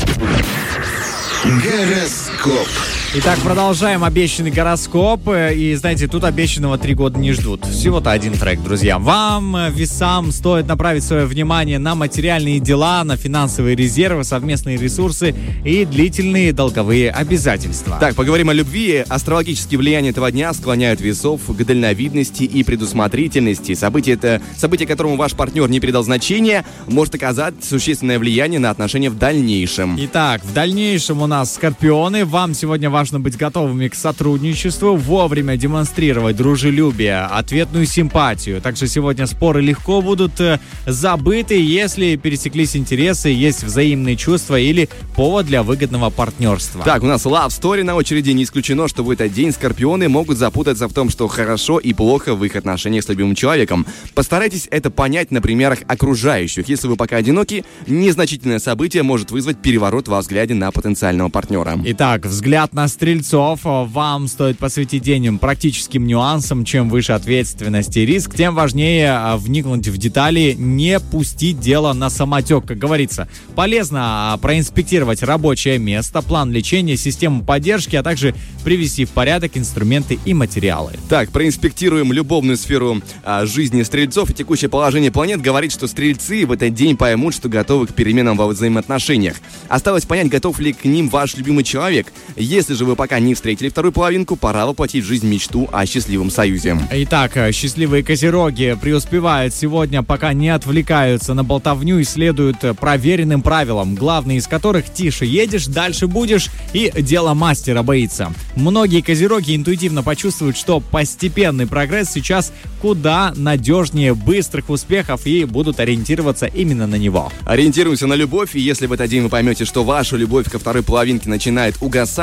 S1: Гороскоп.
S3: Итак, продолжаем обещанный гороскоп. И, знаете, тут обещанного 3 года не ждут. Всего-то один трек, друзья. Вам, весам, стоит направить свое внимание на материальные дела, на финансовые резервы, совместные ресурсы и длительные долговые обязательства.
S6: Так, поговорим о любви. Астрологические влияния этого дня склоняют весов к дальновидности и предусмотрительности. Событие, которому ваш партнер не придал значения, может оказать существенное влияние на отношения в дальнейшем.
S3: Итак, в дальнейшем у нас скорпионы. Вам сегодня важно быть готовыми к сотрудничеству, вовремя демонстрировать дружелюбие, ответную симпатию. Также сегодня споры легко будут забыты, если пересеклись интересы, есть взаимные чувства или повод для выгодного партнерства.
S6: Так, у нас Love Story на очереди. Не исключено, что в этот день скорпионы могут запутаться в том, что хорошо и плохо в их отношениях с любимым человеком. Постарайтесь это понять на примерах окружающих. Если вы пока одиноки, незначительное событие может вызвать переворот во взгляде на потенциального партнера.
S3: Итак, взгляд на стрельцов. Вам стоит посвятить день практическим нюансам. Чем выше ответственность и риск, тем важнее вникнуть в детали, не пустить дело на самотек, как говорится. Полезно проинспектировать рабочее место, план лечения, систему поддержки, а также привести в порядок инструменты и материалы.
S6: Так, проинспектируем любовную сферу жизни стрельцов. И текущее положение планет говорит, что стрельцы в этот день поймут, что готовы к переменам во взаимоотношениях. Осталось понять, готов ли к ним ваш любимый человек. Если же вы пока не встретили вторую половинку, пора воплотить в жизнь мечту о счастливом союзе.
S3: Итак, счастливые козероги преуспевают сегодня, пока не отвлекаются на болтовню и следуют проверенным правилам, главное из которых: тише едешь, дальше будешь, и дело мастера боится. Многие козероги интуитивно почувствуют, что постепенный прогресс сейчас куда надежнее быстрых успехов и будут ориентироваться именно на него.
S6: Ориентируемся на любовь, и если в этот день вы поймете, что ваша любовь ко второй половинке начинает угасать, не торопитесь.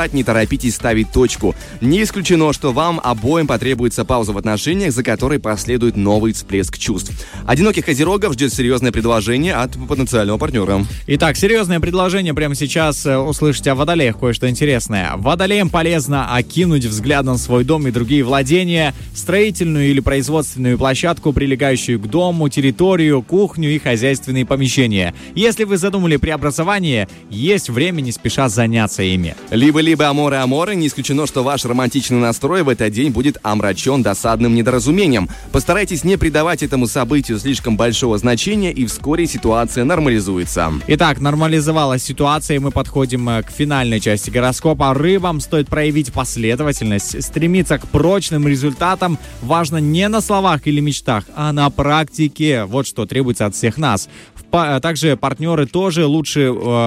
S6: торопитесь ставить точку. Не исключено, что вам обоим потребуется пауза в отношениях, за которой последует новый всплеск чувств. Одиноких козерогов ждет серьезное предложение от потенциального партнера.
S3: Итак, серьезное предложение прямо сейчас услышите о водолеях, кое-что интересное. Водолеям полезно окинуть взглядом свой дом и другие владения, строительную или производственную площадку, прилегающую к дому, территорию, кухню и хозяйственные помещения. Если вы задумали преобразование, есть время не спеша заняться ими.
S6: Либо аморы, не исключено, что ваш романтичный настрой в этот день будет омрачен досадным недоразумением. Постарайтесь не придавать этому событию слишком большого значения, и вскоре ситуация нормализуется.
S3: Итак, нормализовалась ситуация, и мы подходим к финальной части гороскопа. Рыбам стоит проявить последовательность, стремиться к прочным результатам. Важно не на словах или мечтах, а на практике. Вот что требуется от всех нас. Также партнеры тоже лучше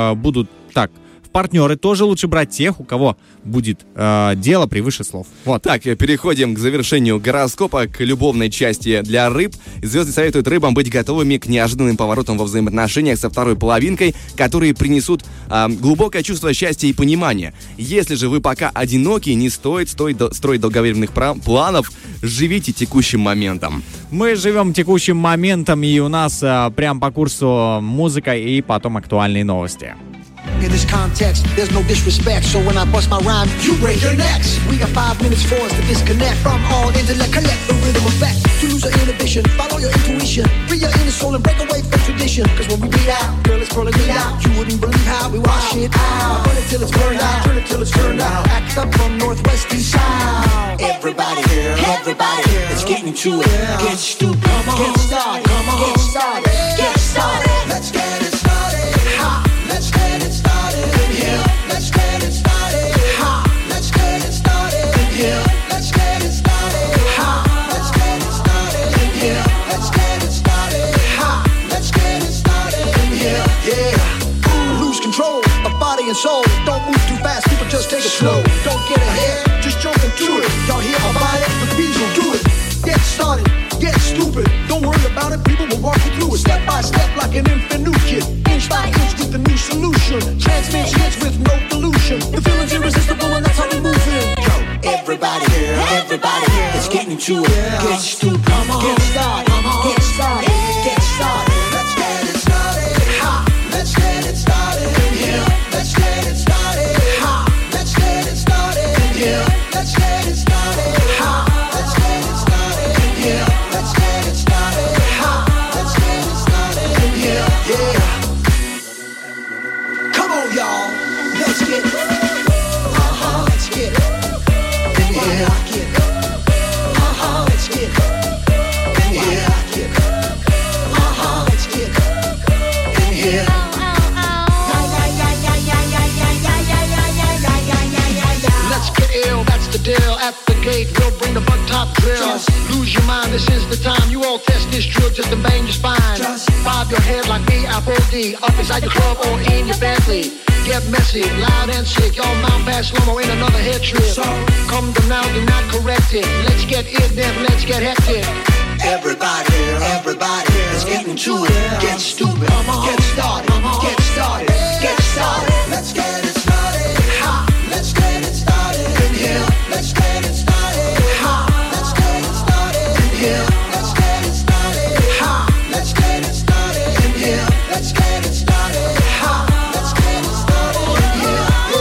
S3: брать тех, у кого будет дело превыше слов. Вот.
S6: Так, переходим к завершению гороскопа, к любовной части для рыб. Звезды советуют рыбам быть готовыми к неожиданным поворотам во взаимоотношениях со второй половинкой, которые принесут глубокое чувство счастья и понимания. Если же вы пока одиноки, не стоит строить долговременных планов, живите текущим моментом.
S3: Мы живем текущим моментом, и у нас прям по курсу музыка и потом актуальные новости.
S8: In this context, there's no disrespect, so when I bust my rhyme, you break your necks. We got 5 minutes for us to disconnect from all intellect, collect the rhythm effect. To lose your inhibition, follow your intuition, free your inner soul and break away from tradition. Cause when we bleed out, girl, it's pulling me out. You wouldn't believe how we wash it out. Burn it till it's burned out, turn it till it's turned out. Act up from northwest to south. Everybody, let's get into it. Get stupid, get started, get started, get started. Let's get it started. Ha! Let's get it started in here. Let's get it started. Ha! Let's get it started in here. Let's get it started. Ha! Let's get it started in here. Let's get it started. Ha! Let's get it started in here. Yeah. Lose control of body and soul. Don't move too fast. People just take it slow. Don't get ahead. Just jump into it. Y'all hear about it? The bees will do it. Get started. Get stupid. Don't worry about it. People will walk you through it step by step like an infant new kid. Inch by inch with the new solution. Transmission with no pollution. The feeling's irresistible and that's how we move in. Yo, everybody, let's get into it. Get stupid. Get started. Get started. Get started. Let's get it started. Ha! Let's get it started in here. Let's get it started. Ha! Let's get it started in here. Let's get it started. Ha! Let's get it started in here. Let's get it started. Ha! Let's get it started in here. Yeah. Come on, y'all. Let's get it. Let's get it. In here. Let's get it. In here. Let's get it. In here. Let's get ill, that's the deal. At the gate, we'll bring the butt top drill. Just lose your mind, this is the time. You all test this drill just to bang your spine. Just bob your head like me, Apple D. Up inside your club or in your Bentley. Get messy, loud and sick. Y'all mount fast, slow-mo in another head trip. So come to now, do not correct it. Let's get it, then let's get hectic. Everybody, let's get into it. Get stupid, get started, get started, get started. Let's get it started. Ha! Let's get it started in here. Let's get it started. Ha! Let's get it started in here. Let's get it started. Ha! Let's get it started in here. Let's get it started. Ha! Let's get it started in here.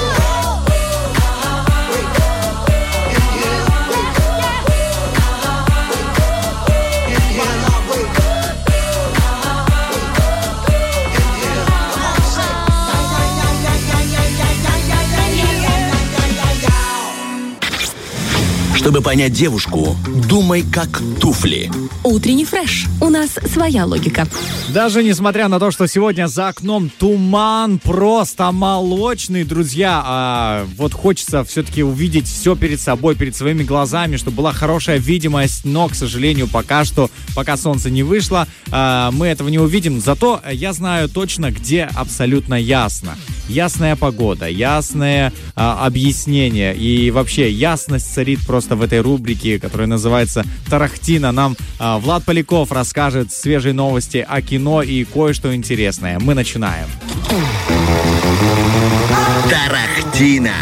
S1: Чтобы понять девушку, думай как туфли.
S2: Утренний фреш. У нас своя логика.
S3: Даже несмотря на то, что сегодня за окном туман просто молочный, друзья, вот хочется все-таки увидеть все перед собой, перед своими глазами, чтобы была хорошая видимость, но, к сожалению, пока солнце не вышло, мы этого не увидим. Зато я знаю точно, где абсолютно ясно. Ясная погода, ясное объяснение и вообще ясность царит просто в этой рубрике, которая называется «Тарахтина». Нам Влад Поляков расскажет свежие новости о кино и кое-что интересное. Мы начинаем.
S1: Тарахтина.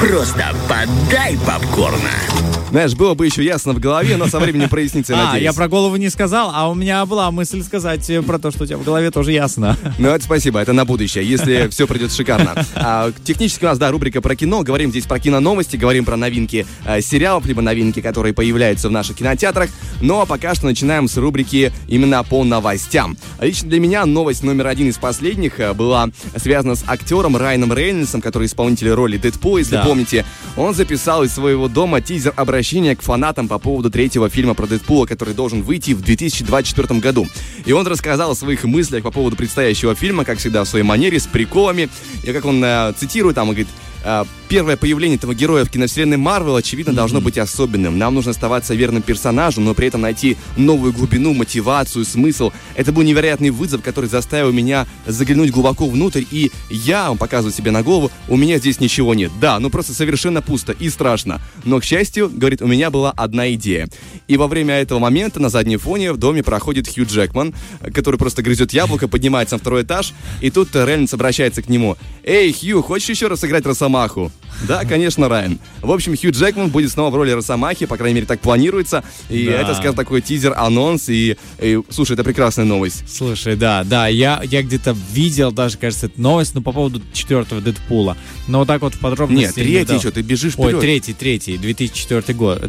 S1: Просто подай попкорна.
S6: Знаешь, было бы еще ясно в голове, но со временем прояснится, я надеюсь.
S3: Я про голову не сказал, а у меня была мысль сказать про то, что у тебя в голове тоже ясно.
S6: Ну, это спасибо, это на будущее, если все придет шикарно. Технически у нас, рубрика про кино. Говорим здесь про киноновости, говорим про новинки сериалов, либо новинки, которые появляются в наших кинотеатрах. Но пока что начинаем с рубрики именно по новостям. Лично для меня новость номер 1 из последних была связана с актером Райаном Рейнольдсом, который исполнитель роли Дэдпула, если помните. Он записал из своего дома тизер обращения к фанатам по поводу 3-го фильма про Дэдпула, который должен выйти в 2024 году. И он рассказал о своих мыслях по поводу предстоящего фильма, как всегда, в своей манере, с приколами. И как он цитирует, там, и говорит: первое появление этого героя в киновселенной Марвел, очевидно, должно быть особенным. Нам нужно оставаться верным персонажу, но при этом найти новую глубину, мотивацию, смысл. Это был невероятный вызов, который заставил меня заглянуть глубоко внутрь, и он показывает себе на голову, у меня здесь ничего нет. Да, просто совершенно пусто и страшно. Но, к счастью, говорит, у меня была одна идея. И во время этого момента на заднем фоне в доме проходит Хью Джекман, который просто грызет яблоко, поднимается на 2-й этаж, и тут Рейнольдс обращается к нему: «Эй, Хью, хочешь еще раз сыграть Росомаху?» Да, конечно, Райан. В общем, Хью Джекман будет снова в роли Росомахи, по крайней мере, так планируется. И это, скажем, такой тизер-анонс. И слушай, это прекрасная новость.
S3: Слушай, да, я где-то видел даже, кажется, эту новость, по поводу 4-го Дэдпула. Но вот так вот в подробности...
S6: Нет, 3-й, что ты бежишь вперед.
S3: Ой, 3-й, 2004 год,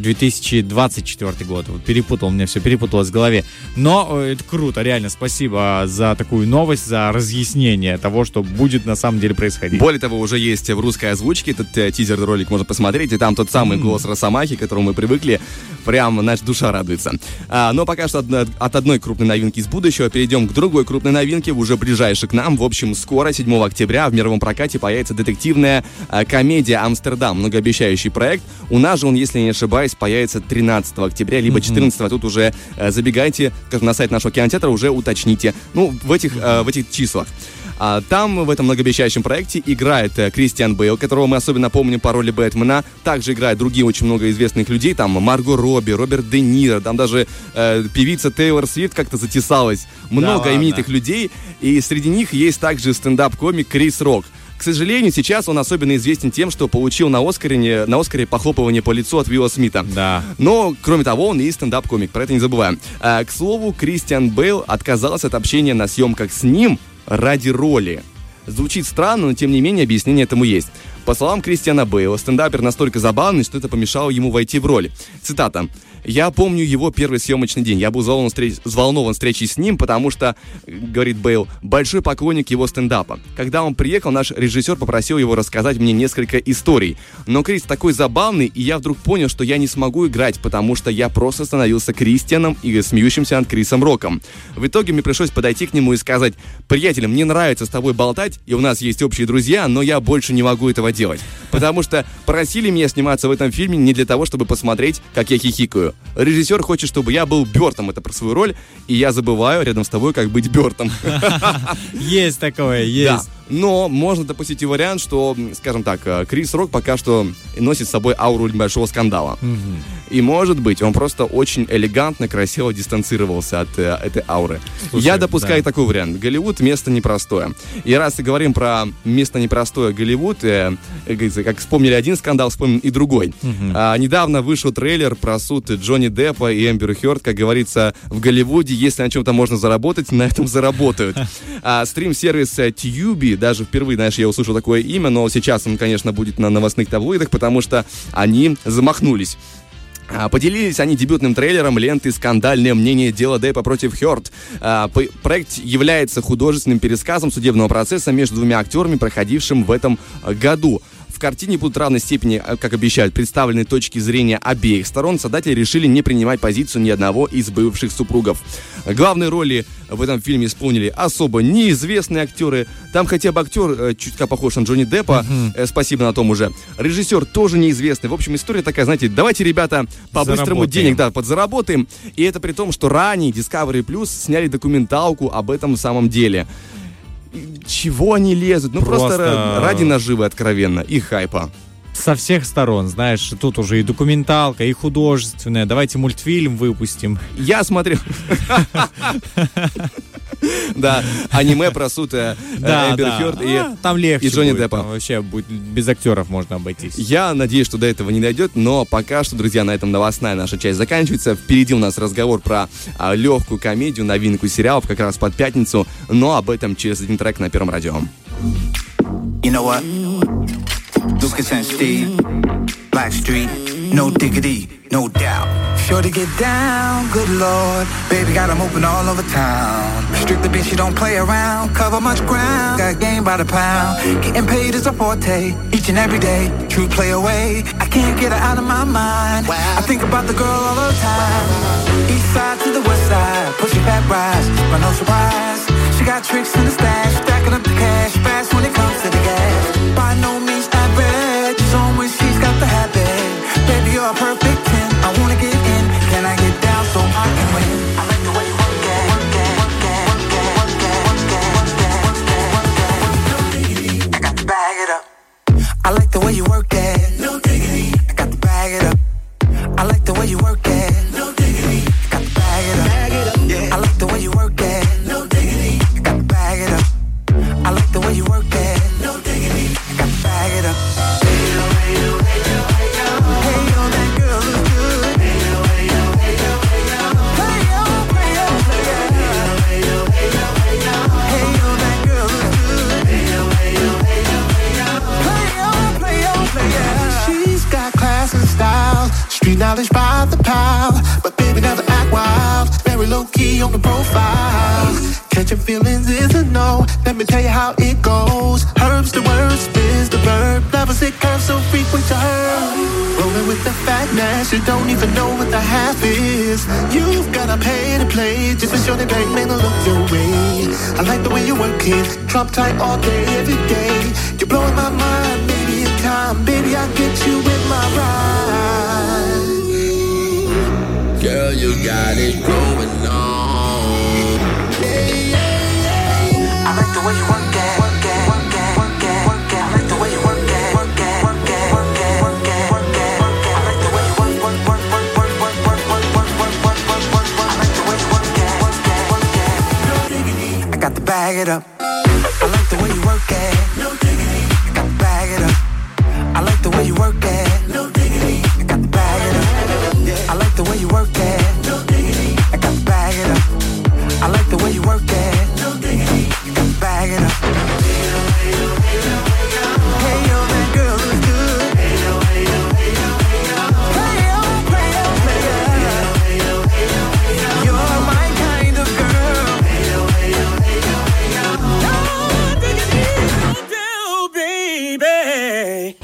S3: 2024 год. Вот перепутал, у меня все перепуталось в голове. Но это круто, реально, спасибо за такую новость, за разъяснение того, что будет на самом деле происходить.
S6: Более того, уже есть в русской озвучке этот тизер-ролик можно посмотреть, и там тот самый голос Росомахи, к которому мы привыкли, прям наша душа радуется. Но пока что от одной крупной новинки из будущего перейдем к другой крупной новинке, уже ближайшей к нам. В общем, скоро, 7 октября, в мировом прокате появится детективная комедия «Амстердам», многообещающий проект. У нас же он, если не ошибаюсь, появится 13 октября, либо 14. Тут уже забегайте на сайт нашего кинотеатра, уже уточните. В этих числах. Там, в этом многообещающем проекте, играет Кристиан Бейл, которого мы особенно помним по роли Бэтмена. Также играют другие очень много известных людей. Там Марго Робби, Роберт Де Ниро, там даже певица Тейлор Свифт как-то затесалась. Много именитых людей. И среди них есть также стендап-комик Крис Рок. К сожалению, сейчас он особенно известен тем, что получил на Оскаре похлопывание по лицу от Уилла Смита.
S3: Да.
S6: Но, кроме того, он и стендап-комик, про это не забываем. К слову, Кристиан Бейл отказался от общения на съемках с ним ради роли. Звучит странно, но тем не менее объяснение этому есть. По словам Кристиана Бейла, стендапер настолько забавный, что это помешало ему войти в роль. Цитата: «Я помню его первый съемочный день. Я был взволнован встречей с ним, потому что, — говорит Бейл, — большой поклонник его стендапа. Когда он приехал, наш режиссер попросил его рассказать мне несколько историй. Но Крис такой забавный, и я вдруг понял, что я не смогу играть, потому что я просто становился Кристианом и смеющимся над Крисом Роком. В итоге мне пришлось подойти к нему и сказать: приятель, мне нравится с тобой болтать, и у нас есть общие друзья, но я больше не могу этого делать. Потому что просили меня сниматься в этом фильме не для того, чтобы посмотреть, как я хихикаю. Режиссер хочет, чтобы я был Бёртом, это про свою роль, и я забываю рядом с тобой, как быть Бёртом».
S3: Есть такое, есть.
S6: Да. Но можно допустить и вариант, что, скажем так, Крис Рок пока что носит с собой ауру небольшого скандала. И, может быть, он просто очень элегантно, красиво дистанцировался от этой ауры. Слушай, я допускаю такой вариант. Голливуд — место непростое. И раз и говорим про место непростое Голливуд, как вспомнили один скандал, вспомним и другой. Недавно вышел трейлер про суд Джонни Деппа и Эмбер Хёрд. Как говорится, в Голливуде, если на чем-то можно заработать, на этом заработают. Стрим-сервис Tubi, даже впервые, знаешь, я услышал такое имя, но сейчас он, конечно, будет на новостных таблоидах, потому что они замахнулись. Поделились они дебютным трейлером ленты «Скандальное мнение. Дело Деппа против Хёрд». Проект является художественным пересказом судебного процесса между двумя актерами, проходившим в этом году. В картине будут в равной степени, как обещают, представлены точки зрения обеих сторон. Создатели решили не принимать позицию ни одного из бывших супругов. Главные роли в этом фильме исполнили особо неизвестные актеры. Там хотя бы актер чутка похож на Джонни Деппа. Спасибо на том уже. Режиссер тоже неизвестный. В общем, история такая, знаете, давайте, ребята, по-быстрому денег подзаработаем. И это при том, что ранее Discovery Plus сняли документалку об этом самом деле. Чего они лезут? Просто ради наживы откровенно и хайпа.
S3: со всех сторон, знаешь, тут уже и документалка, и художественная. Давайте мультфильм выпустим.
S6: Я смотрел... Да, аниме про суд Эмбер Хёрд
S3: там легче
S6: и Джонни
S3: будет,
S6: Деппа.
S3: там вообще будет, без актеров можно обойтись.
S6: Я надеюсь, что до этого не дойдет, но пока что, друзья, на этом новостная наша часть заканчивается. Впереди у нас разговор про легкую комедию, новинку сериалов как раз под пятницу, но об этом через один трек на Первом радио.
S9: You know what? Lucas and Steve, Blackstreet, no diggity, no doubt. Sure to get down, good lord. Baby got 'em open all over town. Strictly bitch, you don't play around. Cover much ground, got game by the pound. Getting paid is a forte, each and every day. True play away, I can't get her out of my mind. I think about the girl all the time. East side to the west side, pushing back rise, but no surprise. She got tricks in the stash, stacking up the cash, fast when it comes to the gas. By no means average, it's on when she's got the habit. Baby, you're a perfect 10, I wanna get in. Can I get down so I can win? I like the way you work it, work it, work it, work it, work it, work it, work it, work it, work it. I got to bag it up. I like the way you work it. No diggity. I got to bag it up. I like the way you work it. No diggity. I got to bag it up. Bag it up. Yeah. I like the way you work it. No diggity. I got to bag it up. I like the way you work it. No diggity. I got to bag it up. Hey yo, hey yo, hey yo, hey yo. Hey yo, that girl looks good. Hey yo, hey yo, hey yo, hey yo. Hey yo, hey yo, hey yo. Hey yo, hey yo, hey yo. Hey yo, that girl looks good. Hey yo, hey yo, hey yo, hey yo. Hey yo, hey yo, hey yo. She's got class and style, street knowledge by the pile, but baby never act wild. Very low key on the profile. Catching feelings is a no. Let me tell you how it goes. Herbs the word, spins the verb. Levels it curves so frequent to her. Rolling with the fatness, you don't even know what the half is. You've gotta pay to play just to show the bank man to look your way. I like the way you work it, Trump tight all day, every day. You're blowing my mind, baby, in time. Baby, I'll get you in my ride.
S1: Girl, you got it going on.
S9: I like the way you work it, work it, work it, work it, work it. I like the way you work it, work it, work it, work it, work it, work it, work it. I like the way you work, work, work, work, work, work, work, work, work, work, work, work, work, work. I like the way you work it, work it, work it. No diggity, I got to bag it up. I like the way you work it. No diggity, I got to bag it up. I like the way you work it. No diggity, I got to bag it up. I like the way you work it. No diggity, I got to bag it up. I like the way you work it. No diggity, I got to bag it up. Hey yo, hey yo, hey yo, hey yo. Hey yo, that girl looks good. Hey yo, hey yo, hey yo, hey yo. Hey yo, hey yo, hey yo. Hey yo, hey yo, hey yo. You're my kind of girl. Hey yo, hey yo, hey yo, hey yo. No diggity, no baby.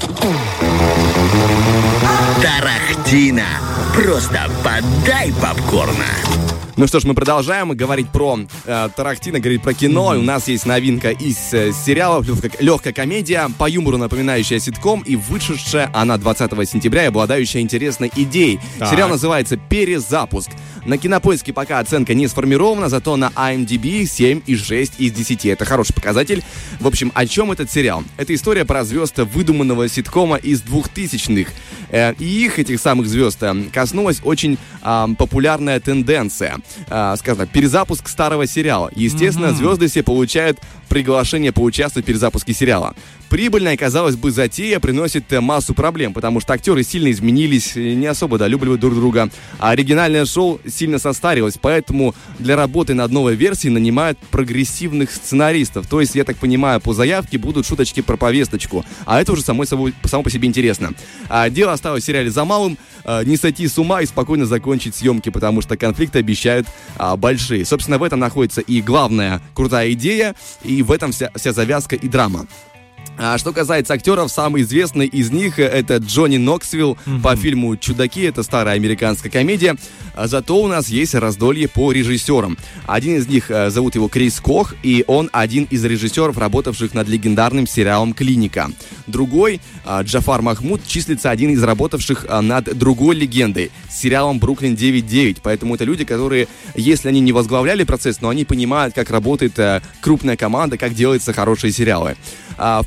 S1: Тарахтина. Просто подай попкорна.
S6: Ну что ж, мы продолжаем говорить про Тарахтино, говорить про кино. И у нас есть новинка из сериалов, легкая комедия, по юмору напоминающая ситком, и вышедшая она 20 сентября, и обладающая интересной идеей.
S3: Так.
S6: Сериал называется «Перезапуск». На Кинопоиске пока оценка не сформирована, зато на IMDb 7,6 из 10. Это хороший показатель. В общем, о чем этот сериал? Это история про звезд выдуманного ситкома из 2000-х. И их, этих самых звезд, коснулась очень популярная тенденция. Скажем так, перезапуск старого сериала. Естественно, звезды все получают приглашение поучаствовать в перезапуске сериала. Прибыльная, казалось бы, затея приносит массу проблем, потому что актеры сильно изменились, не особо долюбливают друг друга, а оригинальное шоу сильно состарилось, поэтому для работы над новой версией нанимают прогрессивных сценаристов. То есть, я так понимаю, по заявке будут шуточки про повесточку, а это уже само по себе интересно. Дело осталось в сериале за малым, не сойти с ума и спокойно закончить съемки, потому что конфликты обещают большие. Собственно, в этом находится и главная крутая идея, и в этом вся завязка и драма. Что касается актеров, самый известный из них это Джонни Ноксвилл по фильму «Чудаки». Это старая американская комедия. Зато у нас есть раздолье по режиссерам. Один из них зовут его Крис Кох, и он один из режиссеров, работавших над легендарным сериалом «Клиника». Другой, Джафар Махмуд, числится один из работавших над другой легендой, сериалом «Бруклин 9.9». Поэтому это люди, которые, если они не возглавляли процесс, но они понимают, как работает крупная команда, как делаются хорошие сериалы. В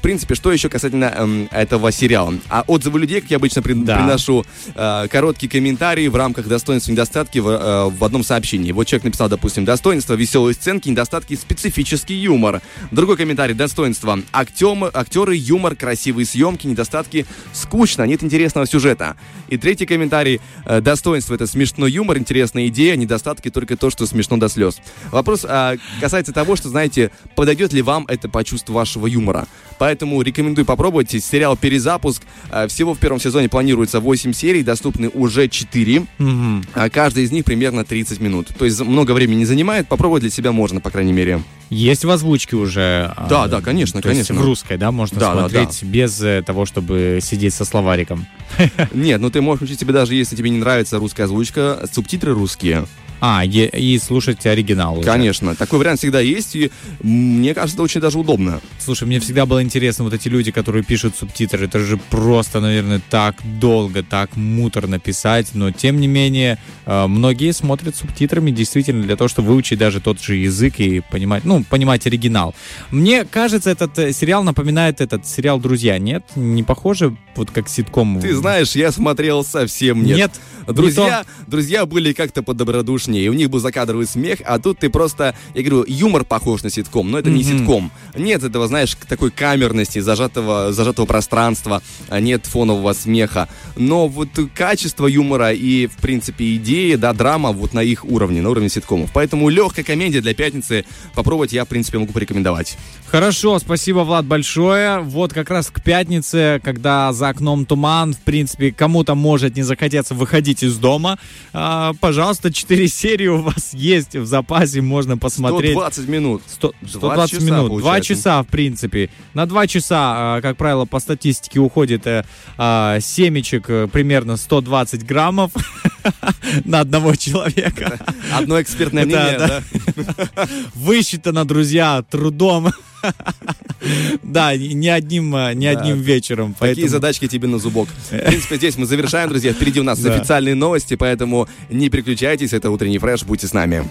S6: принципе, что еще касательно этого сериала? А отзывы людей, как я обычно приношу короткие комментарии в рамках достоинств и недостатки в одном сообщении. Вот человек написал, допустим, достоинства, веселые сценки, недостатки, специфический юмор. Другой комментарий, достоинства, актеры, юмор, красивые съемки, недостатки, скучно, нет интересного сюжета. И третий комментарий, достоинства, это смешной юмор, интересная идея, недостатки только то, что смешно до слез. Вопрос касается того, что, знаете, подойдет ли вам это по чувству вашего юмора. Поэтому рекомендую попробовать. Сериал «Перезапуск». Всего в первом сезоне планируется 8 серий, доступны уже 4. Каждая из них примерно 30 минут. То есть много времени не занимает, попробовать для себя можно, по крайней мере.
S3: Есть в озвучке уже?
S6: Да, конечно,
S3: то есть в русской, да, можно смотреть без того, чтобы сидеть со словариком?
S6: Нет, ты можешь учить себе даже, если тебе не нравится русская озвучка, субтитры русские.
S3: И слушать оригинал уже.
S6: Конечно, такой вариант всегда есть, и мне кажется, это очень даже удобно.
S3: Слушай, мне всегда было интересно, вот эти люди, которые пишут субтитры, это же просто, наверное, так долго, так муторно писать, но тем не менее, многие смотрят субтитрами действительно для того, чтобы выучить даже тот же язык и понимать оригинал. Мне кажется, этот сериал напоминает этот сериал «Друзья». Нет? Не похоже, вот как ситком?
S6: Ты знаешь, я смотрел совсем нет. Друзья были как-то подобродушнее, и у них был закадровый смех, а тут ты просто, я говорю, юмор похож на ситком, но это не ситком. Нет этого, знаешь, такой камерности, зажатого пространства, нет фонового смеха. Но вот качество юмора и, в принципе, идеи, драма вот на их уровне, на уровне ситкомов. Поэтому легкая комедия для пятницы попробовать я, в принципе, могу порекомендовать.
S3: Хорошо, спасибо, Влад, большое. Вот как раз к пятнице, когда за окном туман, в принципе, кому-то может не захотеться выходить из дома, пожалуйста, 4 серии у вас есть в запасе, можно посмотреть.
S6: 120 минут.
S3: 120 минут. Получается. 2 часа, в принципе. На 2 часа, как правило, по статистике уходит семечек примерно 120 граммов на одного человека.
S6: Одно экспертное мнение, да?
S3: Высчитано, друзья, трудом. Да, не одним вечером.
S6: Такие задачки тебе на зубок. В принципе, здесь мы завершаем, друзья. Впереди у нас официальные новости, поэтому не переключайтесь. Это утренний фреш, будьте с нами.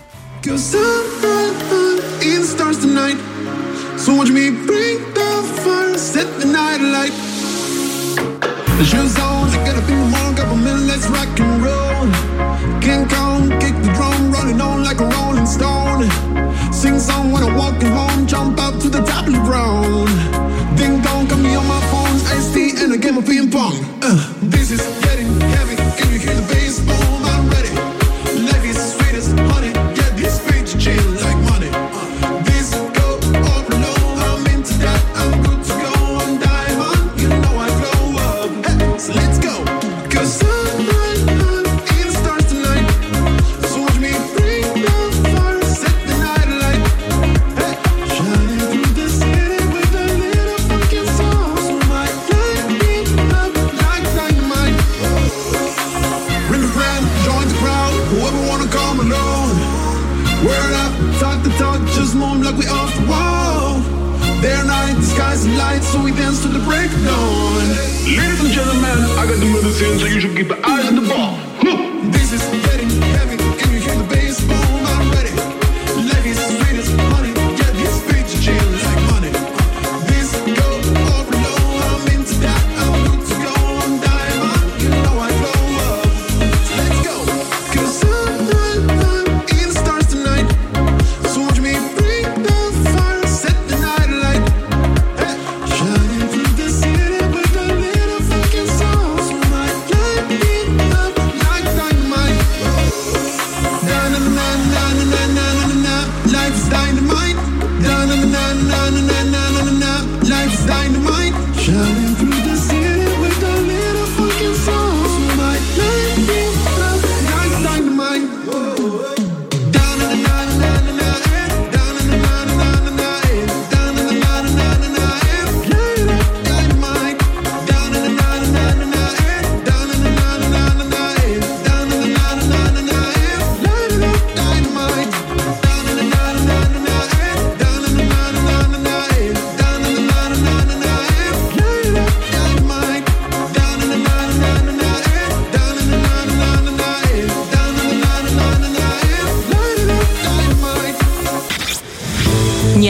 S10: Sing song when I'm walking home, jump up to the top of the ground. Ding dong, got me on my phone, iced tea and a game of ping pong. This is getting heavy, can you hear the bass? Boom, I'm ready. Life is sweet as honey, yeah, this bitch chill like money. This go overload, I'm into that, I'm good to go, I'm diamond, you know I glow up. Hey, so let's go, 'cause I'm in the stars tonight. So watch me bring the fire, set the night alight. Hey, shining through the city with a little fucking song. So my light me up like dynamite. Ring the brand, join the crowd, whoever wanna come along. Word up, talk the talk, just move like we off the wall. Day or night, the sky's light, so we dance to the break of dawn. Ladies and gentlemen, I got the medicine, so you should keep your eyes on the ball. This is getting heavy, can you hear the bass? Boom, I'm ready. Life is sweet as honey, yeah, this bitch chill like money. This go overload, I'm into that, I'm good to go, I'm diamond, you know I glow up. So let's go, 'cause I'm in the stars tonight. So watch me bring the fire, set the night alight. Hey, shining through the city with a little fucking song. So my light me up like dynamite.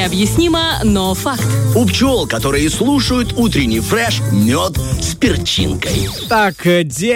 S2: Необъяснимо, но факт.
S1: У пчел, которые слушают утренний фреш, мед с перчинкой.
S3: Так,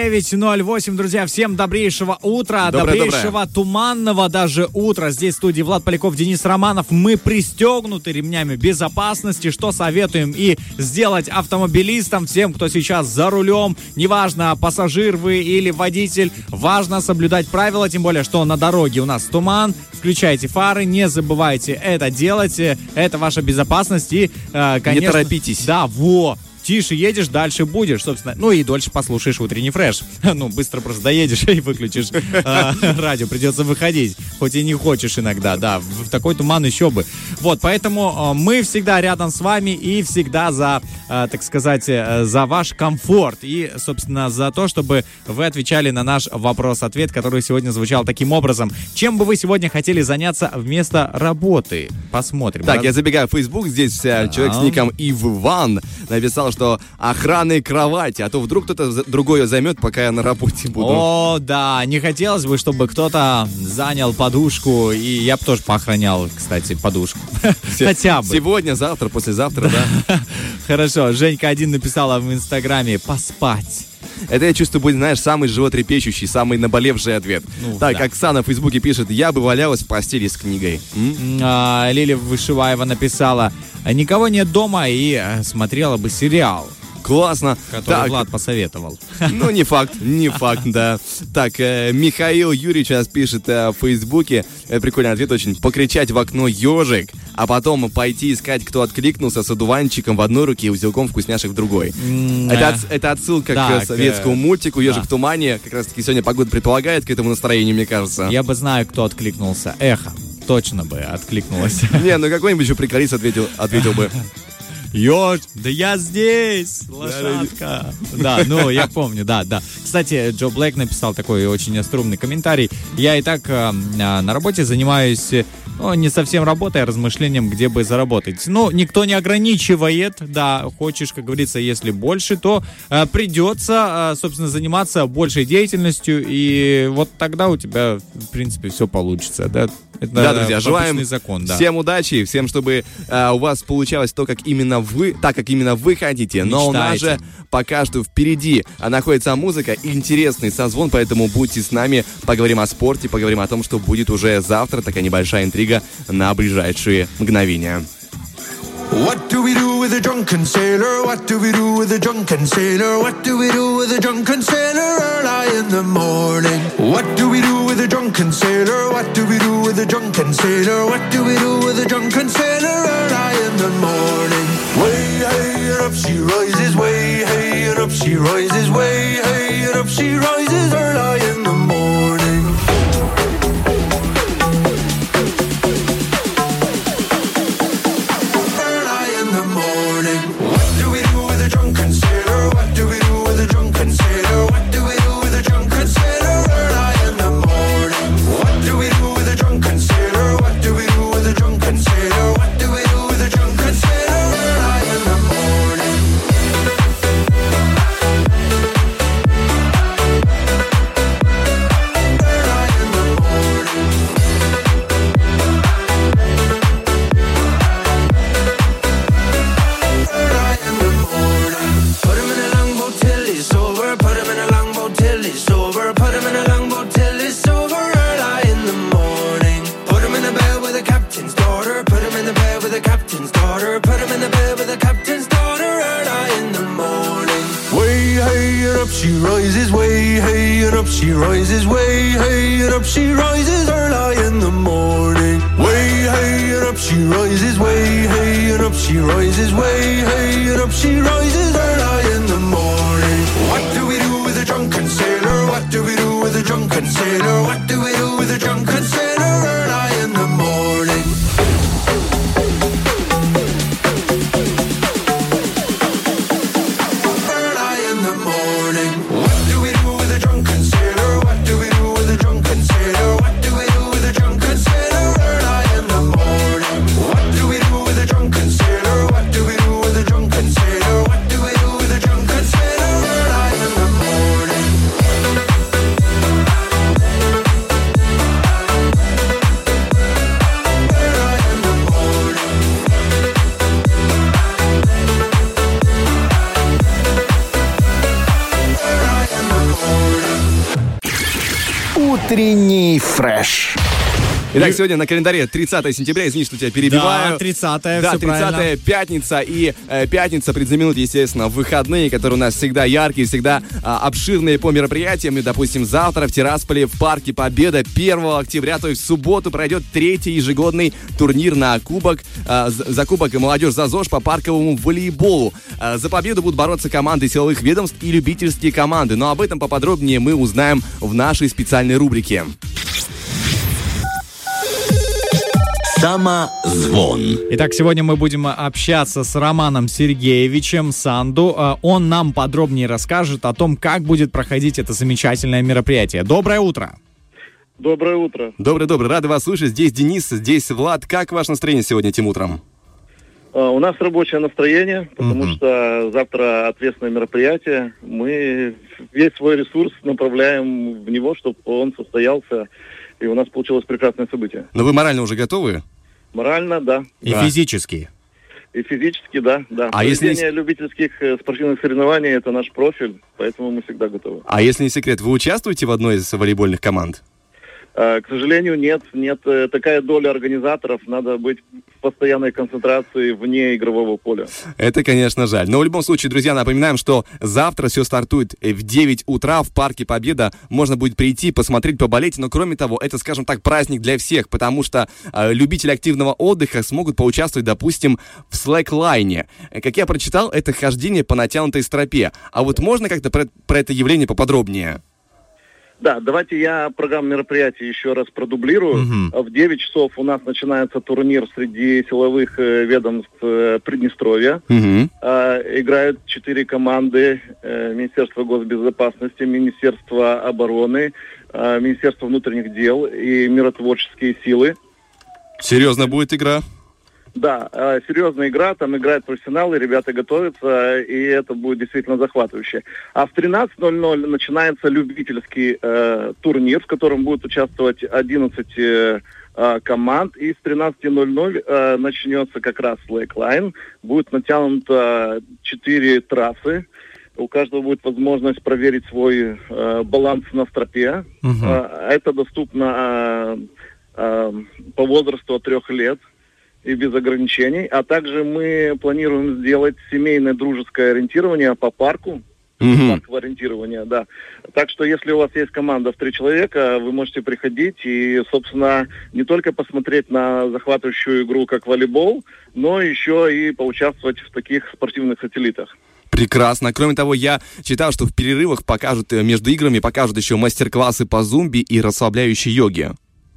S3: 9:08, друзья, всем добрейшего утра, добрейшего туманного даже утра. Здесь в студии Влад Поляков, Денис Романов. Мы пристегнуты ремнями безопасности, что советуем и сделать автомобилистам, всем, кто сейчас за рулем, неважно, пассажир вы или водитель, важно соблюдать правила, тем более, что на дороге у нас туман. Включайте фары, не забывайте это делать, это ваша безопасность и, конечно...
S6: Не торопитесь.
S3: Да, тише едешь, дальше будешь, собственно. Ну и дольше послушаешь утренний фреш. Ну, быстро просто доедешь и выключишь радио. Придется выходить, хоть и не хочешь иногда, да. В такой туман еще бы. Вот, поэтому мы всегда рядом с вами и всегда за, так сказать, за ваш комфорт. И, собственно, за то, чтобы вы отвечали на наш вопрос-ответ, который сегодня звучал таким образом. Чем бы вы сегодня хотели заняться вместо работы? Посмотрим.
S6: Так, я забегаю в Facebook. Здесь человек с ником Иван написал, что охраной кровати, а то вдруг кто-то другой ее займет, пока я на работе буду.
S3: О, да, не хотелось бы, чтобы кто-то занял подушку, и я бы тоже поохранял, кстати, подушку. Хотя бы.
S6: Сегодня, завтра, послезавтра, да?
S3: Хорошо, Женька один написала в Инстаграме «поспать».
S6: Это, я чувствую, будет, знаешь, самый животрепещущий, самый наболевший ответ. Так, да. Оксана в Фейсбуке пишет: я бы валялась в постели с книгой.
S3: Лилия Вышиваева написала: никого нет дома и смотрела бы сериал.
S6: Классно.
S3: Который Влад посоветовал.
S6: Ну, не факт, да. Так, Михаил Юрьевич сейчас пишет в Фейсбуке, прикольный ответ очень: покричать в окно ежик, а потом пойти искать, кто откликнулся, с одуванчиком в одной руке и узелком вкусняшек в другой. Это отсылка к советскому мультику «Ежик в тумане». Как раз таки сегодня погода предполагает к этому настроению, мне кажется.
S3: Я бы знаю, кто откликнулся. Эхо. Точно бы откликнулось.
S6: Не, ну какой-нибудь еще приколист ответил бы.
S3: Ёж, да я здесь, лошадка. Да, ну, я помню, да. Кстати, Джо Блэк написал такой очень струнный комментарий. Я и так на работе занимаюсь, не совсем работой, а размышлением, где бы заработать. Ну, никто не ограничивает, да, хочешь, как говорится, если больше, то придется, собственно, заниматься большей деятельностью, и вот тогда у тебя, в принципе, все получится, да. Это,
S6: да, друзья, желаем
S3: закон, да.
S6: Всем удачи, всем, чтобы у вас получалось так, как именно вы хотите. Но у нас же пока что впереди находится музыка и интересный созвон, поэтому будьте с нами, поговорим о спорте, поговорим о том, что будет уже завтра, такая небольшая интрига на ближайшие мгновения.
S10: What do we do with a drunken sailor? What do we do with a drunken sailor? What do we do with a drunken sailor early in the morning? What do we do with a drunken sailor? What do we do with a drunken sailor? What do we do with a drunken sailor early in the morning? Way hey and up she rises, way hey and up she rises, way hey and up she rises early in the morning. She rises way hey and up she rises way hey and up she rises early in the morning. Way hey and up she rises way hey and up she rises way hey and up she rises early in the morning. What do we do with a drunken sailor? What do we do with a drunken sailor? What do we do with a drunken sailor early in the morning?
S1: утренний фреш.
S6: Итак, сегодня на календаре 30 сентября, извини, что тебя перебиваю.
S3: Да, 30-е,
S6: Да,
S3: все
S6: 30-я
S3: правильно.
S6: пятница, и пятница предзнаменует, естественно, выходные, которые у нас всегда яркие, всегда обширные по мероприятиям. И, допустим, завтра в Тирасполе в Парке Победа 1 октября, то есть в субботу, пройдет 3-й ежегодный турнир на кубок, за кубок «Молодежь за ЗОЖ» по парковому волейболу. За победу будут бороться команды силовых ведомств и любительские команды. Но об этом поподробнее мы узнаем в нашей специальной рубрике.
S1: Самозвон.
S3: Итак, сегодня мы будем общаться с Романом Сергеевичем Санду. Он нам подробнее расскажет о том, как будет проходить это замечательное мероприятие. Доброе утро!
S11: Доброе утро.
S6: Доброе. Рады вас слышать. Здесь Денис, здесь Влад. Как ваше настроение сегодня этим утром?
S11: У нас рабочее настроение, потому что завтра ответственное мероприятие. Мы весь свой ресурс направляем в него, чтобы он состоялся, и у нас получилось прекрасное событие.
S6: Но вы морально уже готовы?
S11: Морально, да.
S3: И физически.
S11: И физически, да.
S6: А если
S11: Проведение любительских спортивных соревнований – это наш профиль, поэтому мы всегда готовы.
S6: А если не секрет, вы участвуете в одной из волейбольных команд?
S11: К сожалению, нет. Такая доля организаторов. Надо быть в постоянной концентрации вне игрового поля.
S6: Это, конечно, жаль. Но в любом случае, друзья, напоминаем, что завтра все стартует в 9 утра в Парке Победа. Можно будет прийти, посмотреть, поболеть. Но, кроме того, это, скажем так, праздник для всех, потому что любители активного отдыха смогут поучаствовать, допустим, в слэк-лайне. Как я прочитал, это хождение по натянутой стропе. А вот можно как-то про это явление поподробнее?
S11: Да, давайте я программу мероприятия еще раз продублирую. В 9 часов у нас начинается турнир среди силовых ведомств Приднестровья. Играют 4 команды: Министерство госбезопасности, Министерство обороны, Министерство внутренних дел и миротворческие силы.
S6: Серьезно будет игра?
S11: Да, серьезная игра, там играют профессионалы, ребята готовятся, и это будет действительно захватывающе. А в 13:00 начинается любительский турнир, в котором будет участвовать 11 команд, и с 13:00 начнется как раз слэк-лайн, будет натянуто 4 трассы. У каждого будет возможность проверить свой баланс на стропе. Это доступно по возрасту от 3 лет. И без ограничений. А также мы планируем сделать семейное дружеское ориентирование по парку. Парковое ориентирование, да. Так что, если у вас есть команда в 3 человека, вы можете приходить и, собственно, не только посмотреть на захватывающую игру, как волейбол, но еще и поучаствовать в таких спортивных сателлитах.
S6: Прекрасно. Кроме того, я читал, что в перерывах покажут, между играми покажут еще мастер-классы по зумби и расслабляющей йоге.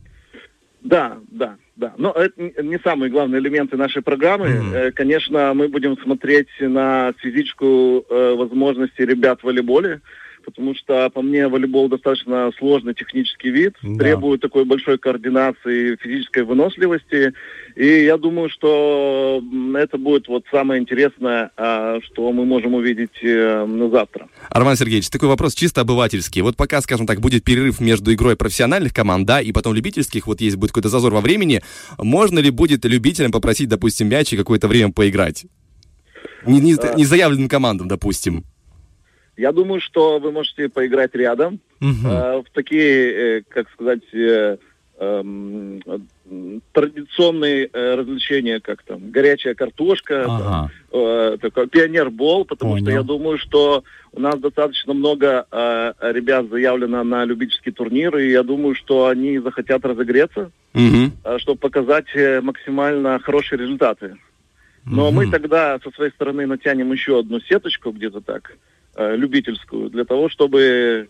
S11: Да. Но это не самые главные элементы нашей программы. Конечно, мы будем смотреть на физическую возможность ребят в волейболе, потому что, по мне, волейбол достаточно сложный технический вид, требует такой большой координации, физической выносливости. И я думаю, что это будет вот самое интересное, что мы можем увидеть на завтра.
S6: Роман Сергеевич, такой вопрос чисто обывательский. Вот пока, скажем так, будет перерыв между игрой профессиональных команд, да, и потом любительских, вот есть будет какой-то зазор во времени, можно ли будет любителям попросить, допустим, мяч и какое-то время поиграть? Не заявленным командам, допустим.
S11: Я думаю, что вы можете поиграть рядом в такие, как сказать, традиционные развлечения, как там горячая картошка, такой пионербол, потому что я думаю, что у нас достаточно много ребят заявлено на любительский турнир, и я думаю, что они захотят разогреться, чтобы показать максимально хорошие результаты. Но мы тогда со своей стороны натянем еще одну сеточку где-то так, любительскую, для того, чтобы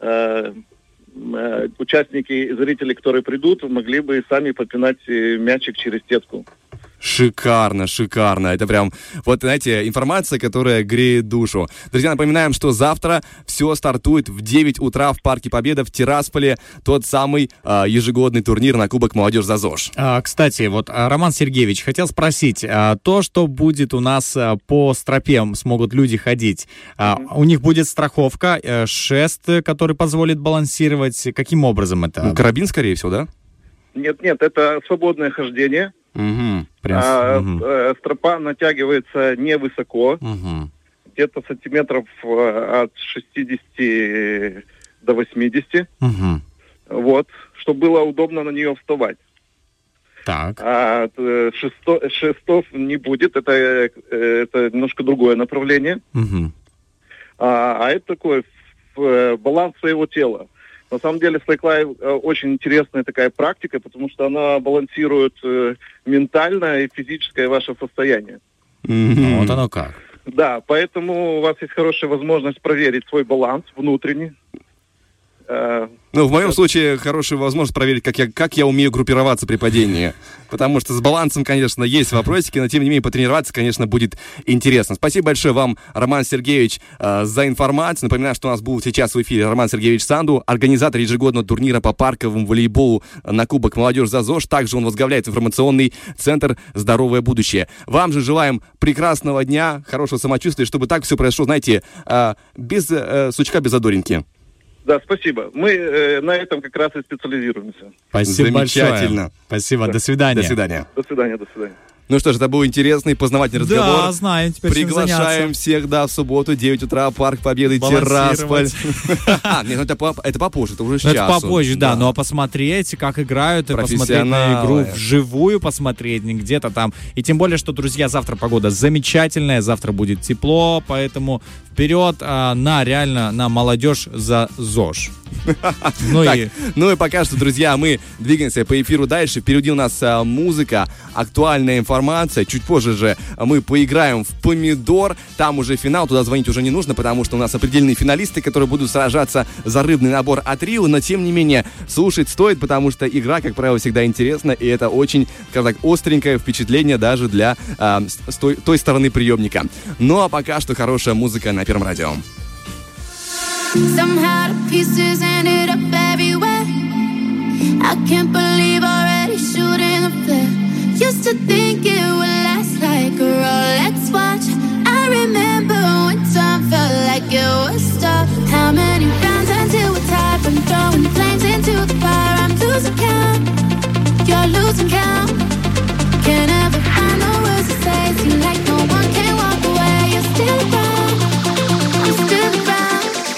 S11: участники и зрители, которые придут, могли бы сами попинать мячик через сетку.
S6: Шикарно. Это прям, вот, знаете, информация, которая греет душу. Друзья, напоминаем, что завтра все стартует в 9 утра в Парке Победа в Тирасполе. Тот самый ежегодный турнир на Кубок «Молодежь за ЗОЖ».
S3: Кстати, вот Роман Сергеевич, хотел спросить, то, что будет у нас по стропе, смогут люди ходить, у них будет страховка, шест, который позволит балансировать. Каким образом это?
S6: Карабин, скорее всего, да?
S11: Нет, это свободное хождение. Стропа натягивается невысоко, где-то сантиметров от 60 до 80. Вот, чтобы было удобно на нее вставать.
S3: Так.
S11: А шестов не будет, это немножко другое направление.
S3: Мгм.
S11: А это такой баланс своего тела. На самом деле слэклайв очень интересная такая практика, потому что она балансирует ментальное и физическое ваше состояние.
S3: Ну, вот оно как.
S11: Да, поэтому у вас есть хорошая возможность проверить свой баланс внутренний.
S6: Ну, в моем случае, хорошая возможность проверить, как я умею группироваться при падении. Потому что с балансом, конечно, есть вопросики, но, тем не менее, потренироваться, конечно, будет интересно. Спасибо большое вам, Роман Сергеевич, за информацию. Напоминаю, что у нас был сейчас в эфире Роман Сергеевич Санду, организатор ежегодного турнира по парковому волейболу на Кубок «Молодежь за ЗОЖ». Также он возглавляет информационный центр «Здоровое будущее». Вам же желаем прекрасного дня, хорошего самочувствия, чтобы так все произошло, знаете, без сучка, без задоринки.
S11: Да, спасибо. Мы на этом как раз и специализируемся.
S3: Спасибо
S6: Замечательно.
S3: большое. Спасибо, до свидания.
S6: До свидания.
S11: До свидания, до свидания.
S6: Ну что ж, это был интересный познавательный разговор.
S3: Да, знаем теперь, чем
S6: Приглашаем
S3: заняться.
S6: всех, да, в субботу, 9 утра, Парк Победы, Тирасполь. Нет, ну это попозже, это уже
S3: Ну, это
S6: сейчас.
S3: попозже, да. Ну а посмотреть, как играют, и посмотреть на игру вживую, посмотреть не где-то там. И тем более, что, друзья, завтра погода замечательная, завтра будет тепло, поэтому вперед реально на молодежь за ЗОЖ.
S6: Ну и пока что, друзья, мы двигаемся по эфиру дальше. Впереди у нас музыка, актуальная информация. Чуть позже же мы поиграем в помидор. Там уже финал, туда звонить уже не нужно, потому что у нас определенные финалисты, которые будут сражаться за рыбный набор от Рио. Но тем не менее, слушать стоит, потому что игра, как правило, всегда интересна. И это очень, скажем так, остренькое впечатление даже для той стороны приемника. Ну а пока что хорошая музыка на Первом радио.
S7: Somehow the pieces ended up everywhere. I can't believe already shooting the flare. Used to think it would last like a Rolex watch. I remember when time felt like it was stuck. How many rounds until we're tired from throwing flames into the fire? I'm losing count, you're losing count. Can't ever find the words to say. Seem like no one can walk away. You're still around, I'm still around.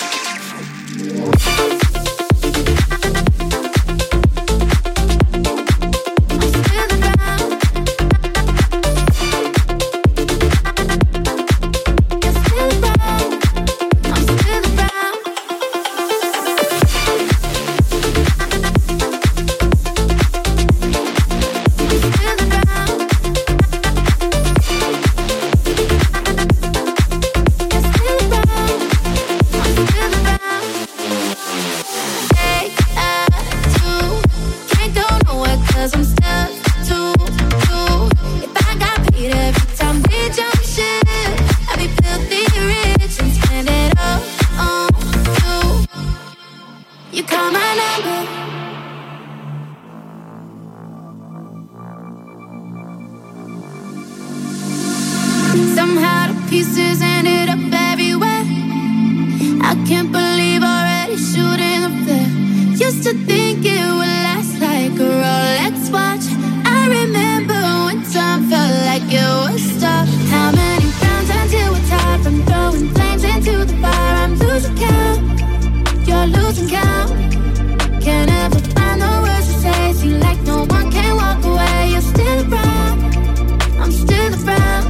S7: Somehow the pieces ended up everywhere. I can't believe already shooting the flare. Used to think it would last like a Rolex watch. I remember when time felt like it was stuck. How many rounds until we're tired from throwing flames into the fire? I'm losing count, you're losing count. Can't ever find the words to say. Seem like no one can walk away. You're still around, I'm still around.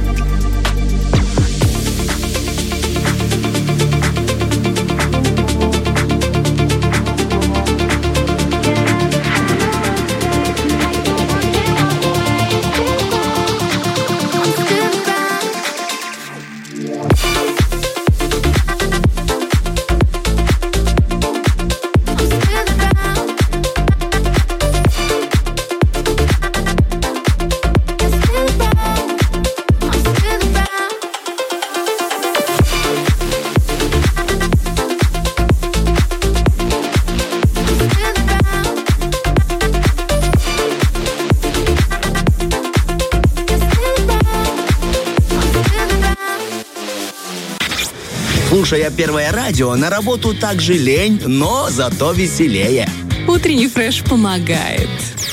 S1: Слушая Первое радио, на работу также лень, но зато веселее.
S2: Утренний фреш помогает.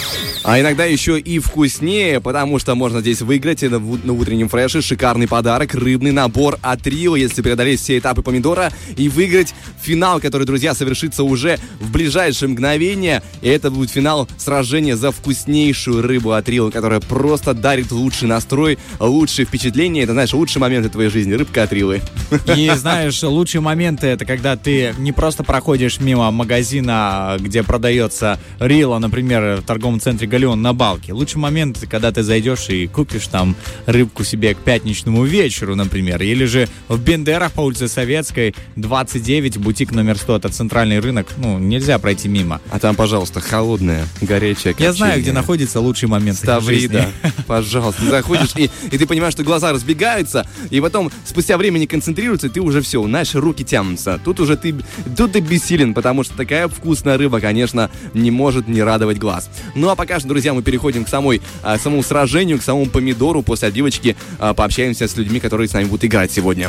S6: А иногда еще и вкуснее, потому что можно здесь выиграть на утреннем фреше шикарный подарок, рыбный набор от Рио, если преодолеть все этапы помидора, и выиграть финал, который, друзья, совершится уже в ближайшее мгновение. И это будет финал сражения за вкуснейшую рыбу от Рио, которая просто дарит лучший настрой, лучшие впечатления. Это, знаешь, лучшие моменты твоей жизни. Рыбка от Рио.
S3: И знаешь, лучшие моменты — это когда ты не просто проходишь мимо магазина, где продается Рило, например, в торговом центре Галеон на Балке. Лучший момент — когда ты зайдешь и купишь там рыбку себе к пятничному вечеру, например. Или же в Бендерах по улице Советской, 29, бутик номер 100. Это центральный рынок. Ну, нельзя пройти мимо.
S6: А там, пожалуйста, холодная, горячая копчение.
S3: Я знаю, где находится лучший момент в жизни.
S6: Пожалуйста, ты заходишь, и ты понимаешь, что глаза разбегаются, и потом спустя время не концентрируются, и ты уже все, знаешь, руки тянутся. Тут ты бессилен, потому что такая вкусная рыба, конечно, не может не радовать глаз. Ну а пока что, друзья, мы переходим к самому сражению, к самому помидору. После отбивочки пообщаемся с людьми, которые с нами будут играть сегодня.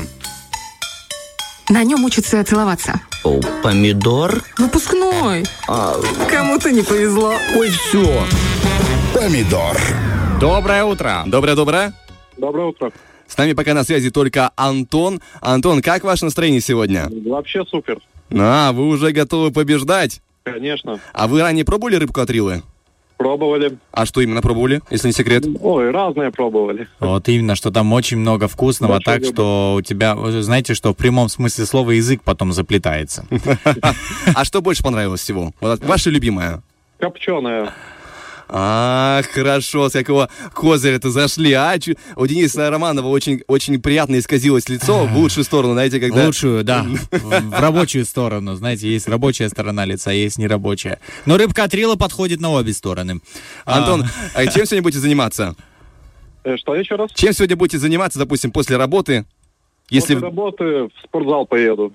S2: На нем учатся целоваться.
S1: О, помидор?
S2: Выпускной. Кому-то не повезло.
S1: Ой, все. Помидор.
S3: Доброе утро.
S6: Доброе-доброе.
S11: Доброе утро.
S6: С нами пока на связи только Антон. Антон, как ваше настроение сегодня?
S11: Вообще супер.
S6: Вы уже готовы побеждать?
S11: Конечно.
S6: А вы ранее пробовали рыбку от Рилы?
S11: Пробовали.
S6: А что именно пробовали, если не секрет?
S11: Ой, разные пробовали.
S3: Вот именно, что там очень много вкусного, так что у тебя, знаете, что в прямом смысле слова язык потом заплетается.
S6: А что больше понравилось всего? Ваше любимое?
S11: Копченая.
S6: Хорошо, с какого козыря-то зашли. У Дениса Романова очень приятно исказилось лицо в лучшую сторону, знаете, когда...
S3: В лучшую, да, в рабочую сторону. Знаете, есть рабочая сторона лица, есть нерабочая. Но рыбка от Рило подходит на обе стороны.
S6: Антон, чем сегодня будете заниматься?
S11: Что еще раз?
S6: Чем сегодня будете заниматься, допустим, после работы?
S11: После работы в спортзал поеду.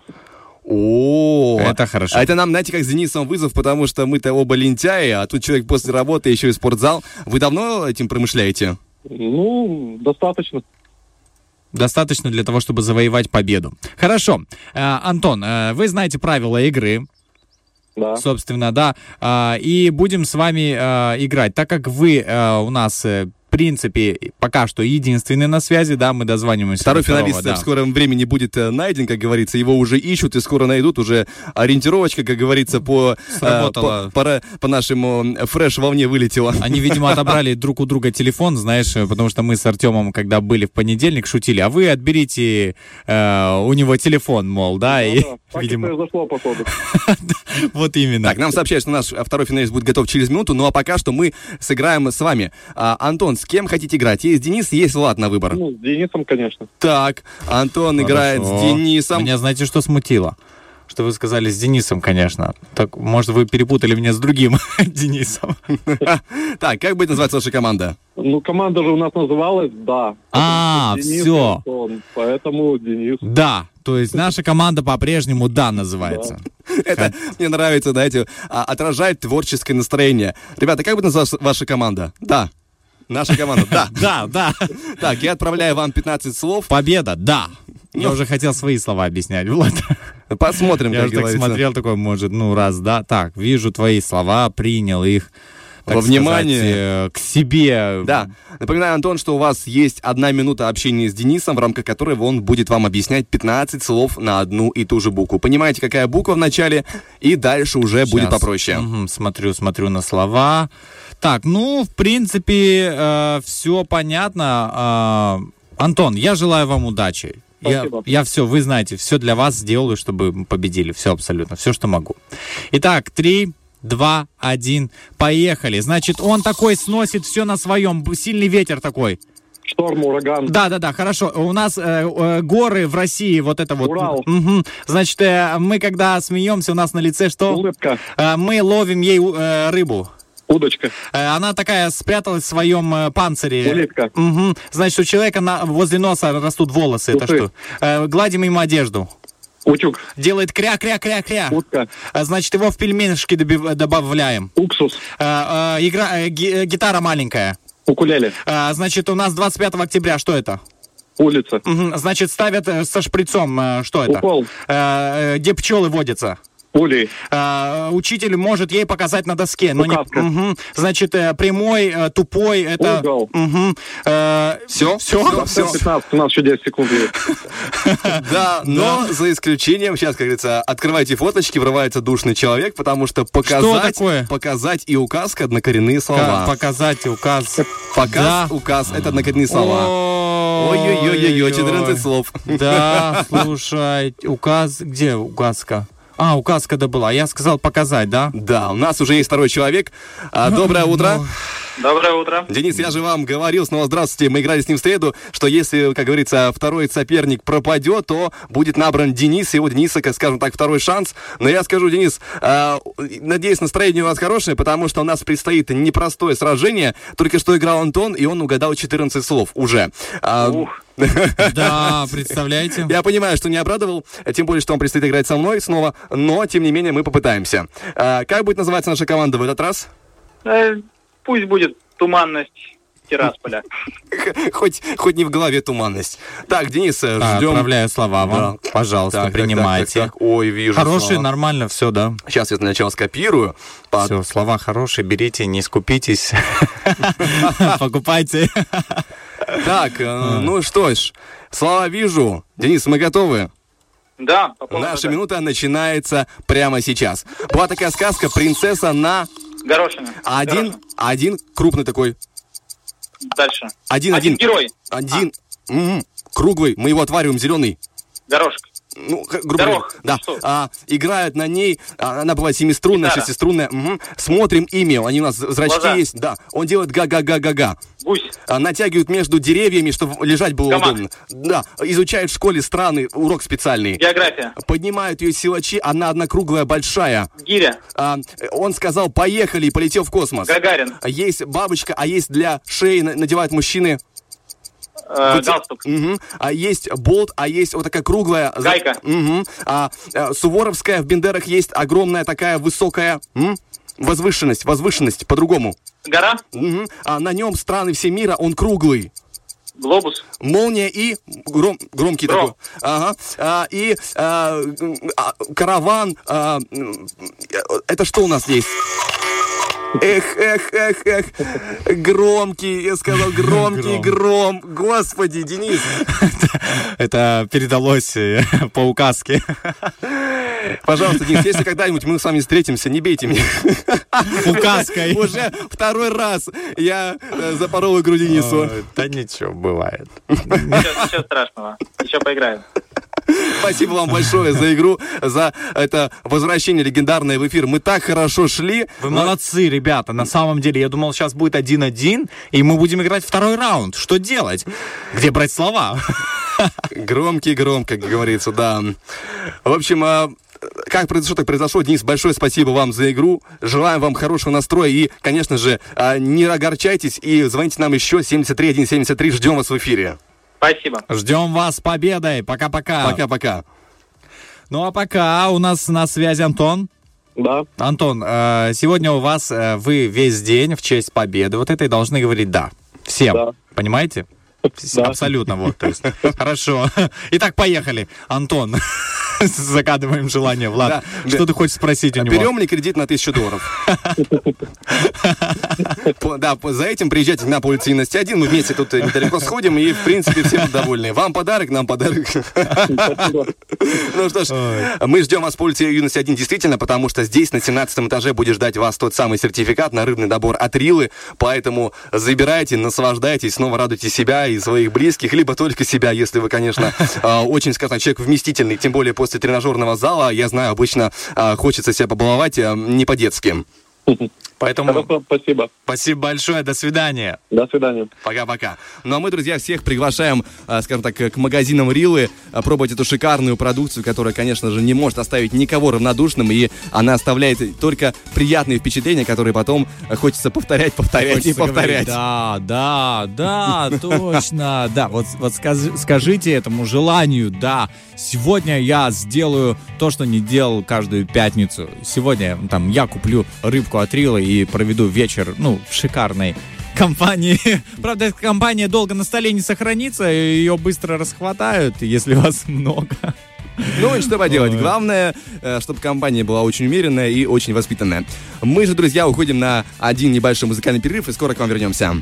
S3: Это хорошо.
S6: А это нам, знаете, как с Денисом вызов, потому что мы-то оба лентяи, а тут человек после работы еще и в спортзал. Вы давно этим промышляете?
S11: Достаточно.
S3: Достаточно для того, чтобы завоевать победу. Хорошо. Антон, вы знаете правила игры.
S11: Да.
S3: Собственно, да. И будем с вами играть. Так как вы у нас... В принципе, пока что единственный на связи, да, мы дозваниваемся.
S6: Второй финалист в скором времени будет найден, как говорится, его уже ищут и скоро найдут, уже ориентировочка, как говорится, по нашему фреш-волне вылетела.
S3: Они, видимо, отобрали друг у друга телефон, знаешь, потому что мы с Артемом, когда были в понедельник, шутили, а вы отберите у него телефон, мол, да, и, видимо...
S11: произошло, походу.
S3: Вот именно.
S6: Так, нам сообщают, что наш второй финалист будет готов через минуту, ну а пока что мы сыграем с вами. Антон, с кем хотите играть? Есть Денис, есть Влад на выбор.
S11: С Денисом, конечно.
S6: Так, Антон играет с Денисом.
S3: Меня, знаете, что смутило? Что вы сказали с Денисом, конечно. Так, может, вы перепутали меня с другим Денисом.
S6: Так, как будет называться ваша команда?
S11: Команда же у нас называлась «Да».
S3: Все.
S11: Поэтому Денис.
S3: Да, то есть наша команда по-прежнему «Да» называется.
S6: Это мне нравится, знаете, отражает творческое настроение. Ребята, как будет называться ваша команда? Да. Наша команда, да.
S3: Да.
S6: Так, я отправляю вам 15 слов.
S3: Победа, да. Я уже хотел свои слова объяснять, Влад.
S6: Посмотрим,
S3: как говорится. Я так смотрел, такой, может, раз, да. Так, вижу твои слова, принял их.
S6: Во внимание.
S3: К себе.
S6: Да. Напоминаю, Антон, что у вас есть 1 минута общения с Денисом, в рамках которой он будет вам объяснять 15 слов на одну и ту же букву. Понимаете, какая буква в начале, и дальше уже будет попроще.
S3: Смотрю на слова. Так, в принципе, все понятно. Антон, я желаю вам удачи. Я все, вы знаете, все для вас сделаю, чтобы мы победили. Все абсолютно, все, что могу. Итак, 3, 2, 1, поехали. Значит, он такой сносит все на своем. Сильный ветер такой.
S11: Шторм, ураган.
S3: Да, хорошо. У нас горы в России, вот это вот.
S11: Урал.
S3: Угу. Значит, мы когда смеемся, у нас на лице что?
S11: Улыбка.
S3: Мы ловим ей рыбу.
S11: Удочка.
S3: Она такая спряталась в своем панцире.
S11: Улитка.
S3: Угу. Значит, у человека возле носа растут волосы.
S11: Усы.
S3: Это что? Гладим ему одежду.
S11: Утюг.
S3: Делает кря-кря-кря-кря.
S11: Утка.
S3: Значит, его в пельменишки добавляем.
S11: Уксус.
S3: Гитара маленькая.
S11: Укулеле.
S3: Значит, у нас 25 октября. Что это?
S11: Улица.
S3: Угу. Значит, ставят со шприцом. Что это?
S11: Укол.
S3: Где пчелы водятся.
S12: Пулей.
S13: Учитель может ей показать на доске. Но
S12: Указка.
S13: Значит, прямой, тупой, это...
S12: Угол.
S13: Все?
S12: 15, у нас еще 10 секунд есть.
S6: Да, но за исключением, сейчас, как говорится, открывайте фоточки, врывается душный человек, потому что показать и указка — однокоренные слова.
S13: Показать и указ.
S6: Показ, указ — это однокоренные слова. Ой-ой-ой-ой, 14 слов.
S13: Да, слушай, указ... Где указка? Указка да была. Я сказал показать, да?
S6: Да, у нас уже есть второй человек. Доброе утро.
S12: Доброе утро.
S6: Денис, я же вам говорил, снова здравствуйте, мы играли с ним в среду, что если, как говорится, второй соперник пропадет, то будет набран Денис, и у Дениса, как скажем так, второй шанс. Но я скажу, Денис, надеюсь, настроение у вас хорошее, потому что у нас предстоит непростое сражение. Только что играл Антон, и он угадал 14 слов уже.
S13: Да, представляете?
S6: Я понимаю, что не обрадовал, тем более, что он предстоит играть со мной снова, но, тем не менее, мы попытаемся. Как будет называться наша команда в этот раз?
S12: Пусть будет «Туманность Тирасполя».
S6: Хоть не в голове туманность. Так, Денис, ждем.
S13: Отправляю слова вам. Да. Пожалуйста, принимайте.
S6: Так. Ой, вижу.
S13: Хорошие,
S6: слова.
S13: Нормально, все, да.
S6: Сейчас я сначала скопирую.
S13: Все, слова хорошие, берите, не скупитесь. Покупайте.
S6: Так, ну что ж, слова вижу. Денис, мы готовы?
S12: Да.
S6: Наша минута начинается прямо сейчас. Была такая сказка «Принцесса на...»
S12: Горошина.
S6: Один крупный такой.
S12: Дальше.
S6: Один
S12: герой.
S6: Круглый, мы его отвариваем, зеленый.
S12: Горошек.
S6: Ну, грубо говоря, да. Играют на ней, она бывает семиструнная, шестиструнная. Смотрим имя, они у нас зрачки
S12: Глаза.
S6: есть. Да, он делает га-га-га-га-га.
S12: Гусь.
S6: Натягивают между деревьями, чтобы лежать было
S12: Гамак.
S6: удобно. Да, изучают в школе страны, урок специальный.
S12: География.
S6: Поднимают ее силачи, она одна круглая, большая.
S12: Гиря.
S6: Он сказал «поехали» и полетел в космос.
S12: Гагарин.
S6: Есть бабочка, а есть для шеи надевают мужчины...
S12: Галстук.
S6: А есть болт, а есть вот такая круглая...
S12: Гайка.
S6: Суворовская в Бендерах есть огромная такая высокая... Возвышенность, по-другому.
S12: Гора.
S6: А на нем страны все мира, он круглый.
S12: Глобус.
S6: Молния и громкий такой. Ага. И караван. Это что у нас есть? Эх. Громкий, я сказал, громкий гром. Господи, Денис.
S13: Это передалось по указке.
S6: Пожалуйста, Денис, если когда-нибудь мы с вами встретимся, не бейте меня.
S13: Указкой.
S6: Уже второй раз я запорол игру Денису.
S13: Да ничего, бывает.
S12: Ничего страшного. Еще поиграем.
S6: Спасибо вам большое за игру, за это возвращение легендарное в эфир. Мы так хорошо шли.
S13: Вы молодцы, ребята. На самом деле, я думал, сейчас будет 1-1, и мы будем играть второй раунд. Что делать? Где брать слова?
S6: Громкий, как говорится, да. В общем, как произошло, так произошло. Денис, большое спасибо вам за игру. Желаем вам хорошего настроя. И, конечно же, не огорчайтесь и звоните нам еще 73 173. Ждем вас в эфире.
S12: Спасибо.
S13: Ждем вас с победой. Пока-пока.
S6: Пока-пока.
S13: Ну а пока у нас на связи Антон.
S12: Да.
S13: Антон, сегодня у вас вы весь день в честь победы вот этой должны говорить «да». Всем. Да. Понимаете? Да. Абсолютно, вот. То есть. Хорошо. Итак, поехали. Антон, загадываем желание. Влад, что ты хочешь спросить у него?
S6: Берем ли кредит на $1000? Да, за этим приезжайте на улицу Юности 1. Мы вместе тут недалеко сходим, и, в принципе, все довольны. Вам подарок, нам подарок. Ну что ж, мы ждем вас по улице Юности 1 действительно, потому что здесь, на 17 этаже, будет ждать вас тот самый сертификат на рыбный набор от Рилы. Поэтому забирайте, наслаждайтесь, снова радуйте себя и своих близких, либо только себя, если вы, конечно, очень, скажем так, человек вместительный, тем более после тренажерного зала, я знаю, обычно хочется себя побаловать не по-детски.
S13: Поэтому
S12: хорошо, спасибо.
S13: Спасибо большое, до свидания.
S12: До свидания.
S6: Пока-пока. Ну а мы, друзья, всех приглашаем, скажем так, к магазинам Рилы, пробовать эту шикарную продукцию, которая, конечно же, не может оставить никого равнодушным, и она оставляет только приятные впечатления, которые потом хочется повторять и повторять.
S3: Да, точно. Да, вот скажите этому желанию, да, сегодня я сделаю то, что не делал каждую пятницу. Сегодня там я куплю рыбку от Рилы и проведу вечер, в шикарной компании. Правда, эта компания долго на столе не сохранится, ее быстро расхватают, если вас много.
S6: Ну и что поделать, главное, чтобы компания была очень умеренная и очень воспитанная. Мы же, друзья, уходим на один небольшой музыкальный перерыв и скоро к вам вернемся.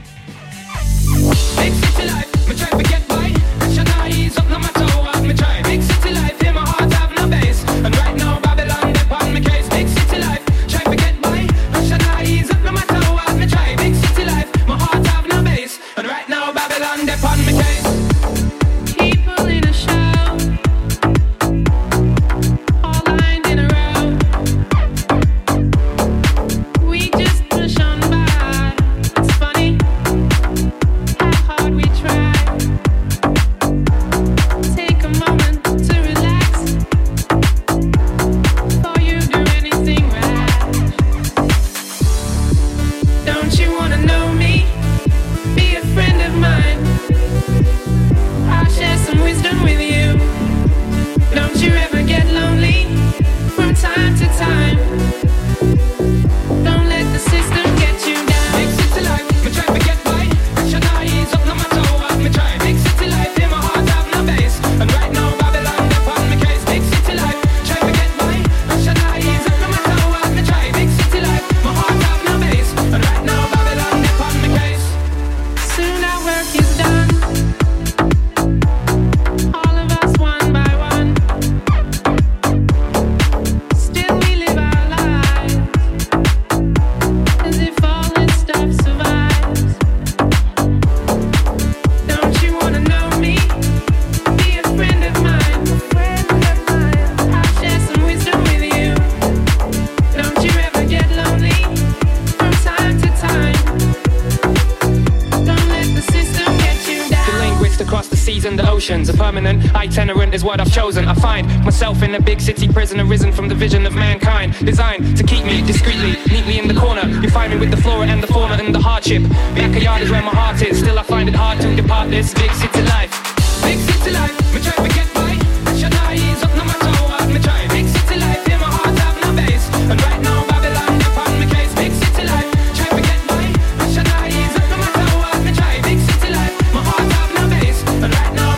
S14: A permanent itinerant is what I've chosen. I find myself in a big city prison, arisen from the vision of mankind, designed to keep me discreetly, neatly in the corner. You find me with the flora and the fauna and the hardship. Backyard is where my heart is. Still I find it hard to depart this big city life. Big city life, me try to get by. Should I ease up no matter how hard me try. Big city life, in my heart have no base. And right now Babylon upon my case. Big city life, try to get by. Should I ease up no matter how hard me try. Big city life, my heart have no base. And right now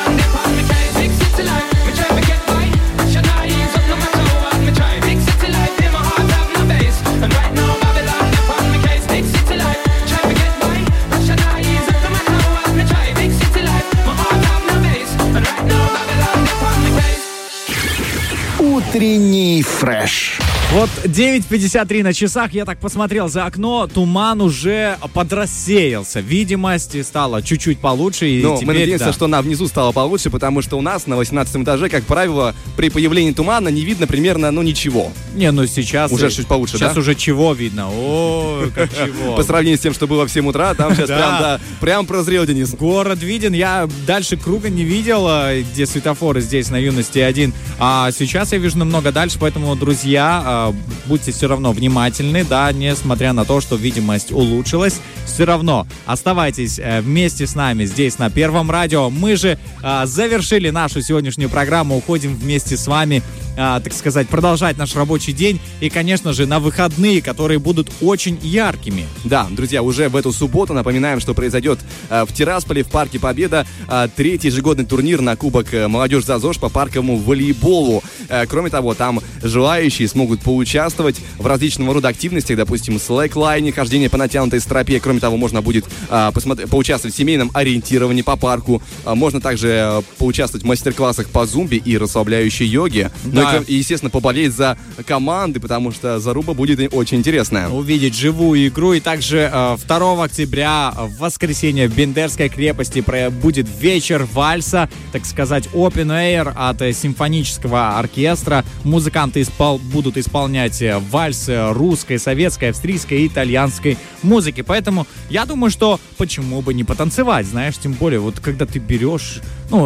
S1: Утренний фреш.
S3: Вот 9:53 на часах, я так посмотрел за окно, туман уже подрассеялся, видимость стала чуть-чуть получше. И
S6: но
S3: теперь,
S6: мы надеемся, что она внизу стала получше, потому что у нас на 18 этаже, как правило, при появлении тумана не видно примерно, ничего.
S3: Не, сейчас...
S6: Уже чуть получше,
S3: сейчас
S6: да?
S3: Уже чего видно? О, как чего.
S6: По сравнению с тем, что было в 7 утра, там сейчас прям прозрел, Денис.
S3: Город виден, я дальше круга не видел, где светофоры здесь на Юности 1, а сейчас я вижу намного дальше, поэтому, друзья, будьте все равно внимательны, да, несмотря на то, что видимость улучшилась, все равно оставайтесь вместе с нами здесь на Первом радио. Мы же завершили нашу сегодняшнюю программу, уходим вместе с вами, так сказать, продолжать наш рабочий день и, конечно же, на выходные, которые будут очень яркими.
S6: Да, друзья, уже в эту субботу напоминаем, что произойдет в Тирасполе в Парке Победа 3-й ежегодный турнир на Кубок «Молодежь за ЗОЖ» по парковому волейболу. Кроме того, там желающие смогут поучаствовать в различного рода активностях, допустим, слэклайне, хождение по натянутой стропе. Кроме того, можно будет поучаствовать в семейном ориентировании по парку. Можно также поучаствовать в мастер-классах по зумбе и расслабляющей йоге. Да. Ну и, естественно, поболеть за команды, потому что заруба будет очень интересная.
S3: Увидеть живую игру. И также 2 октября в воскресенье в Бендерской крепости будет вечер вальса, так сказать, open air от симфонического оркестра. Музыканты будут исполнять вальс русской, советской, австрийской и итальянской музыки. Поэтому я думаю, что почему бы не потанцевать, знаешь, тем более вот когда ты берешь,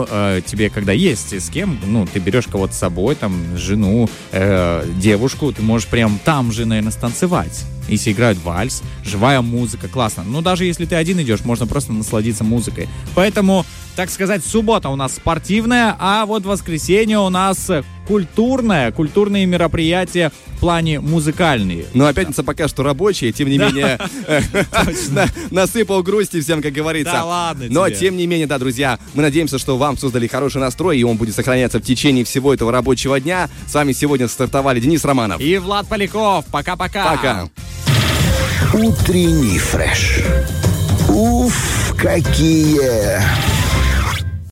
S3: тебе когда есть с кем, ты берешь кого-то с собой, там, жену, девушку, ты можешь прям там же, наверное, станцевать. Если играют вальс, живая музыка, классно. Даже если ты один идешь, можно просто насладиться музыкой. Поэтому, так сказать, суббота у нас спортивная, а вот воскресенье у нас культурные мероприятия плане музыкальные.
S6: Ну, а пятница пока что рабочая, тем не менее, насыпал грусти всем, как говорится.
S3: Да ладно тебе.
S6: Но, тем не менее, да, друзья, мы надеемся, что вам создали хороший настрой, и он будет сохраняться в течение всего этого рабочего дня. С вами сегодня стартовали Денис Романов
S3: и Влад Поляков. Пока-пока.
S6: Пока.
S15: Утренний фреш. Уф, какие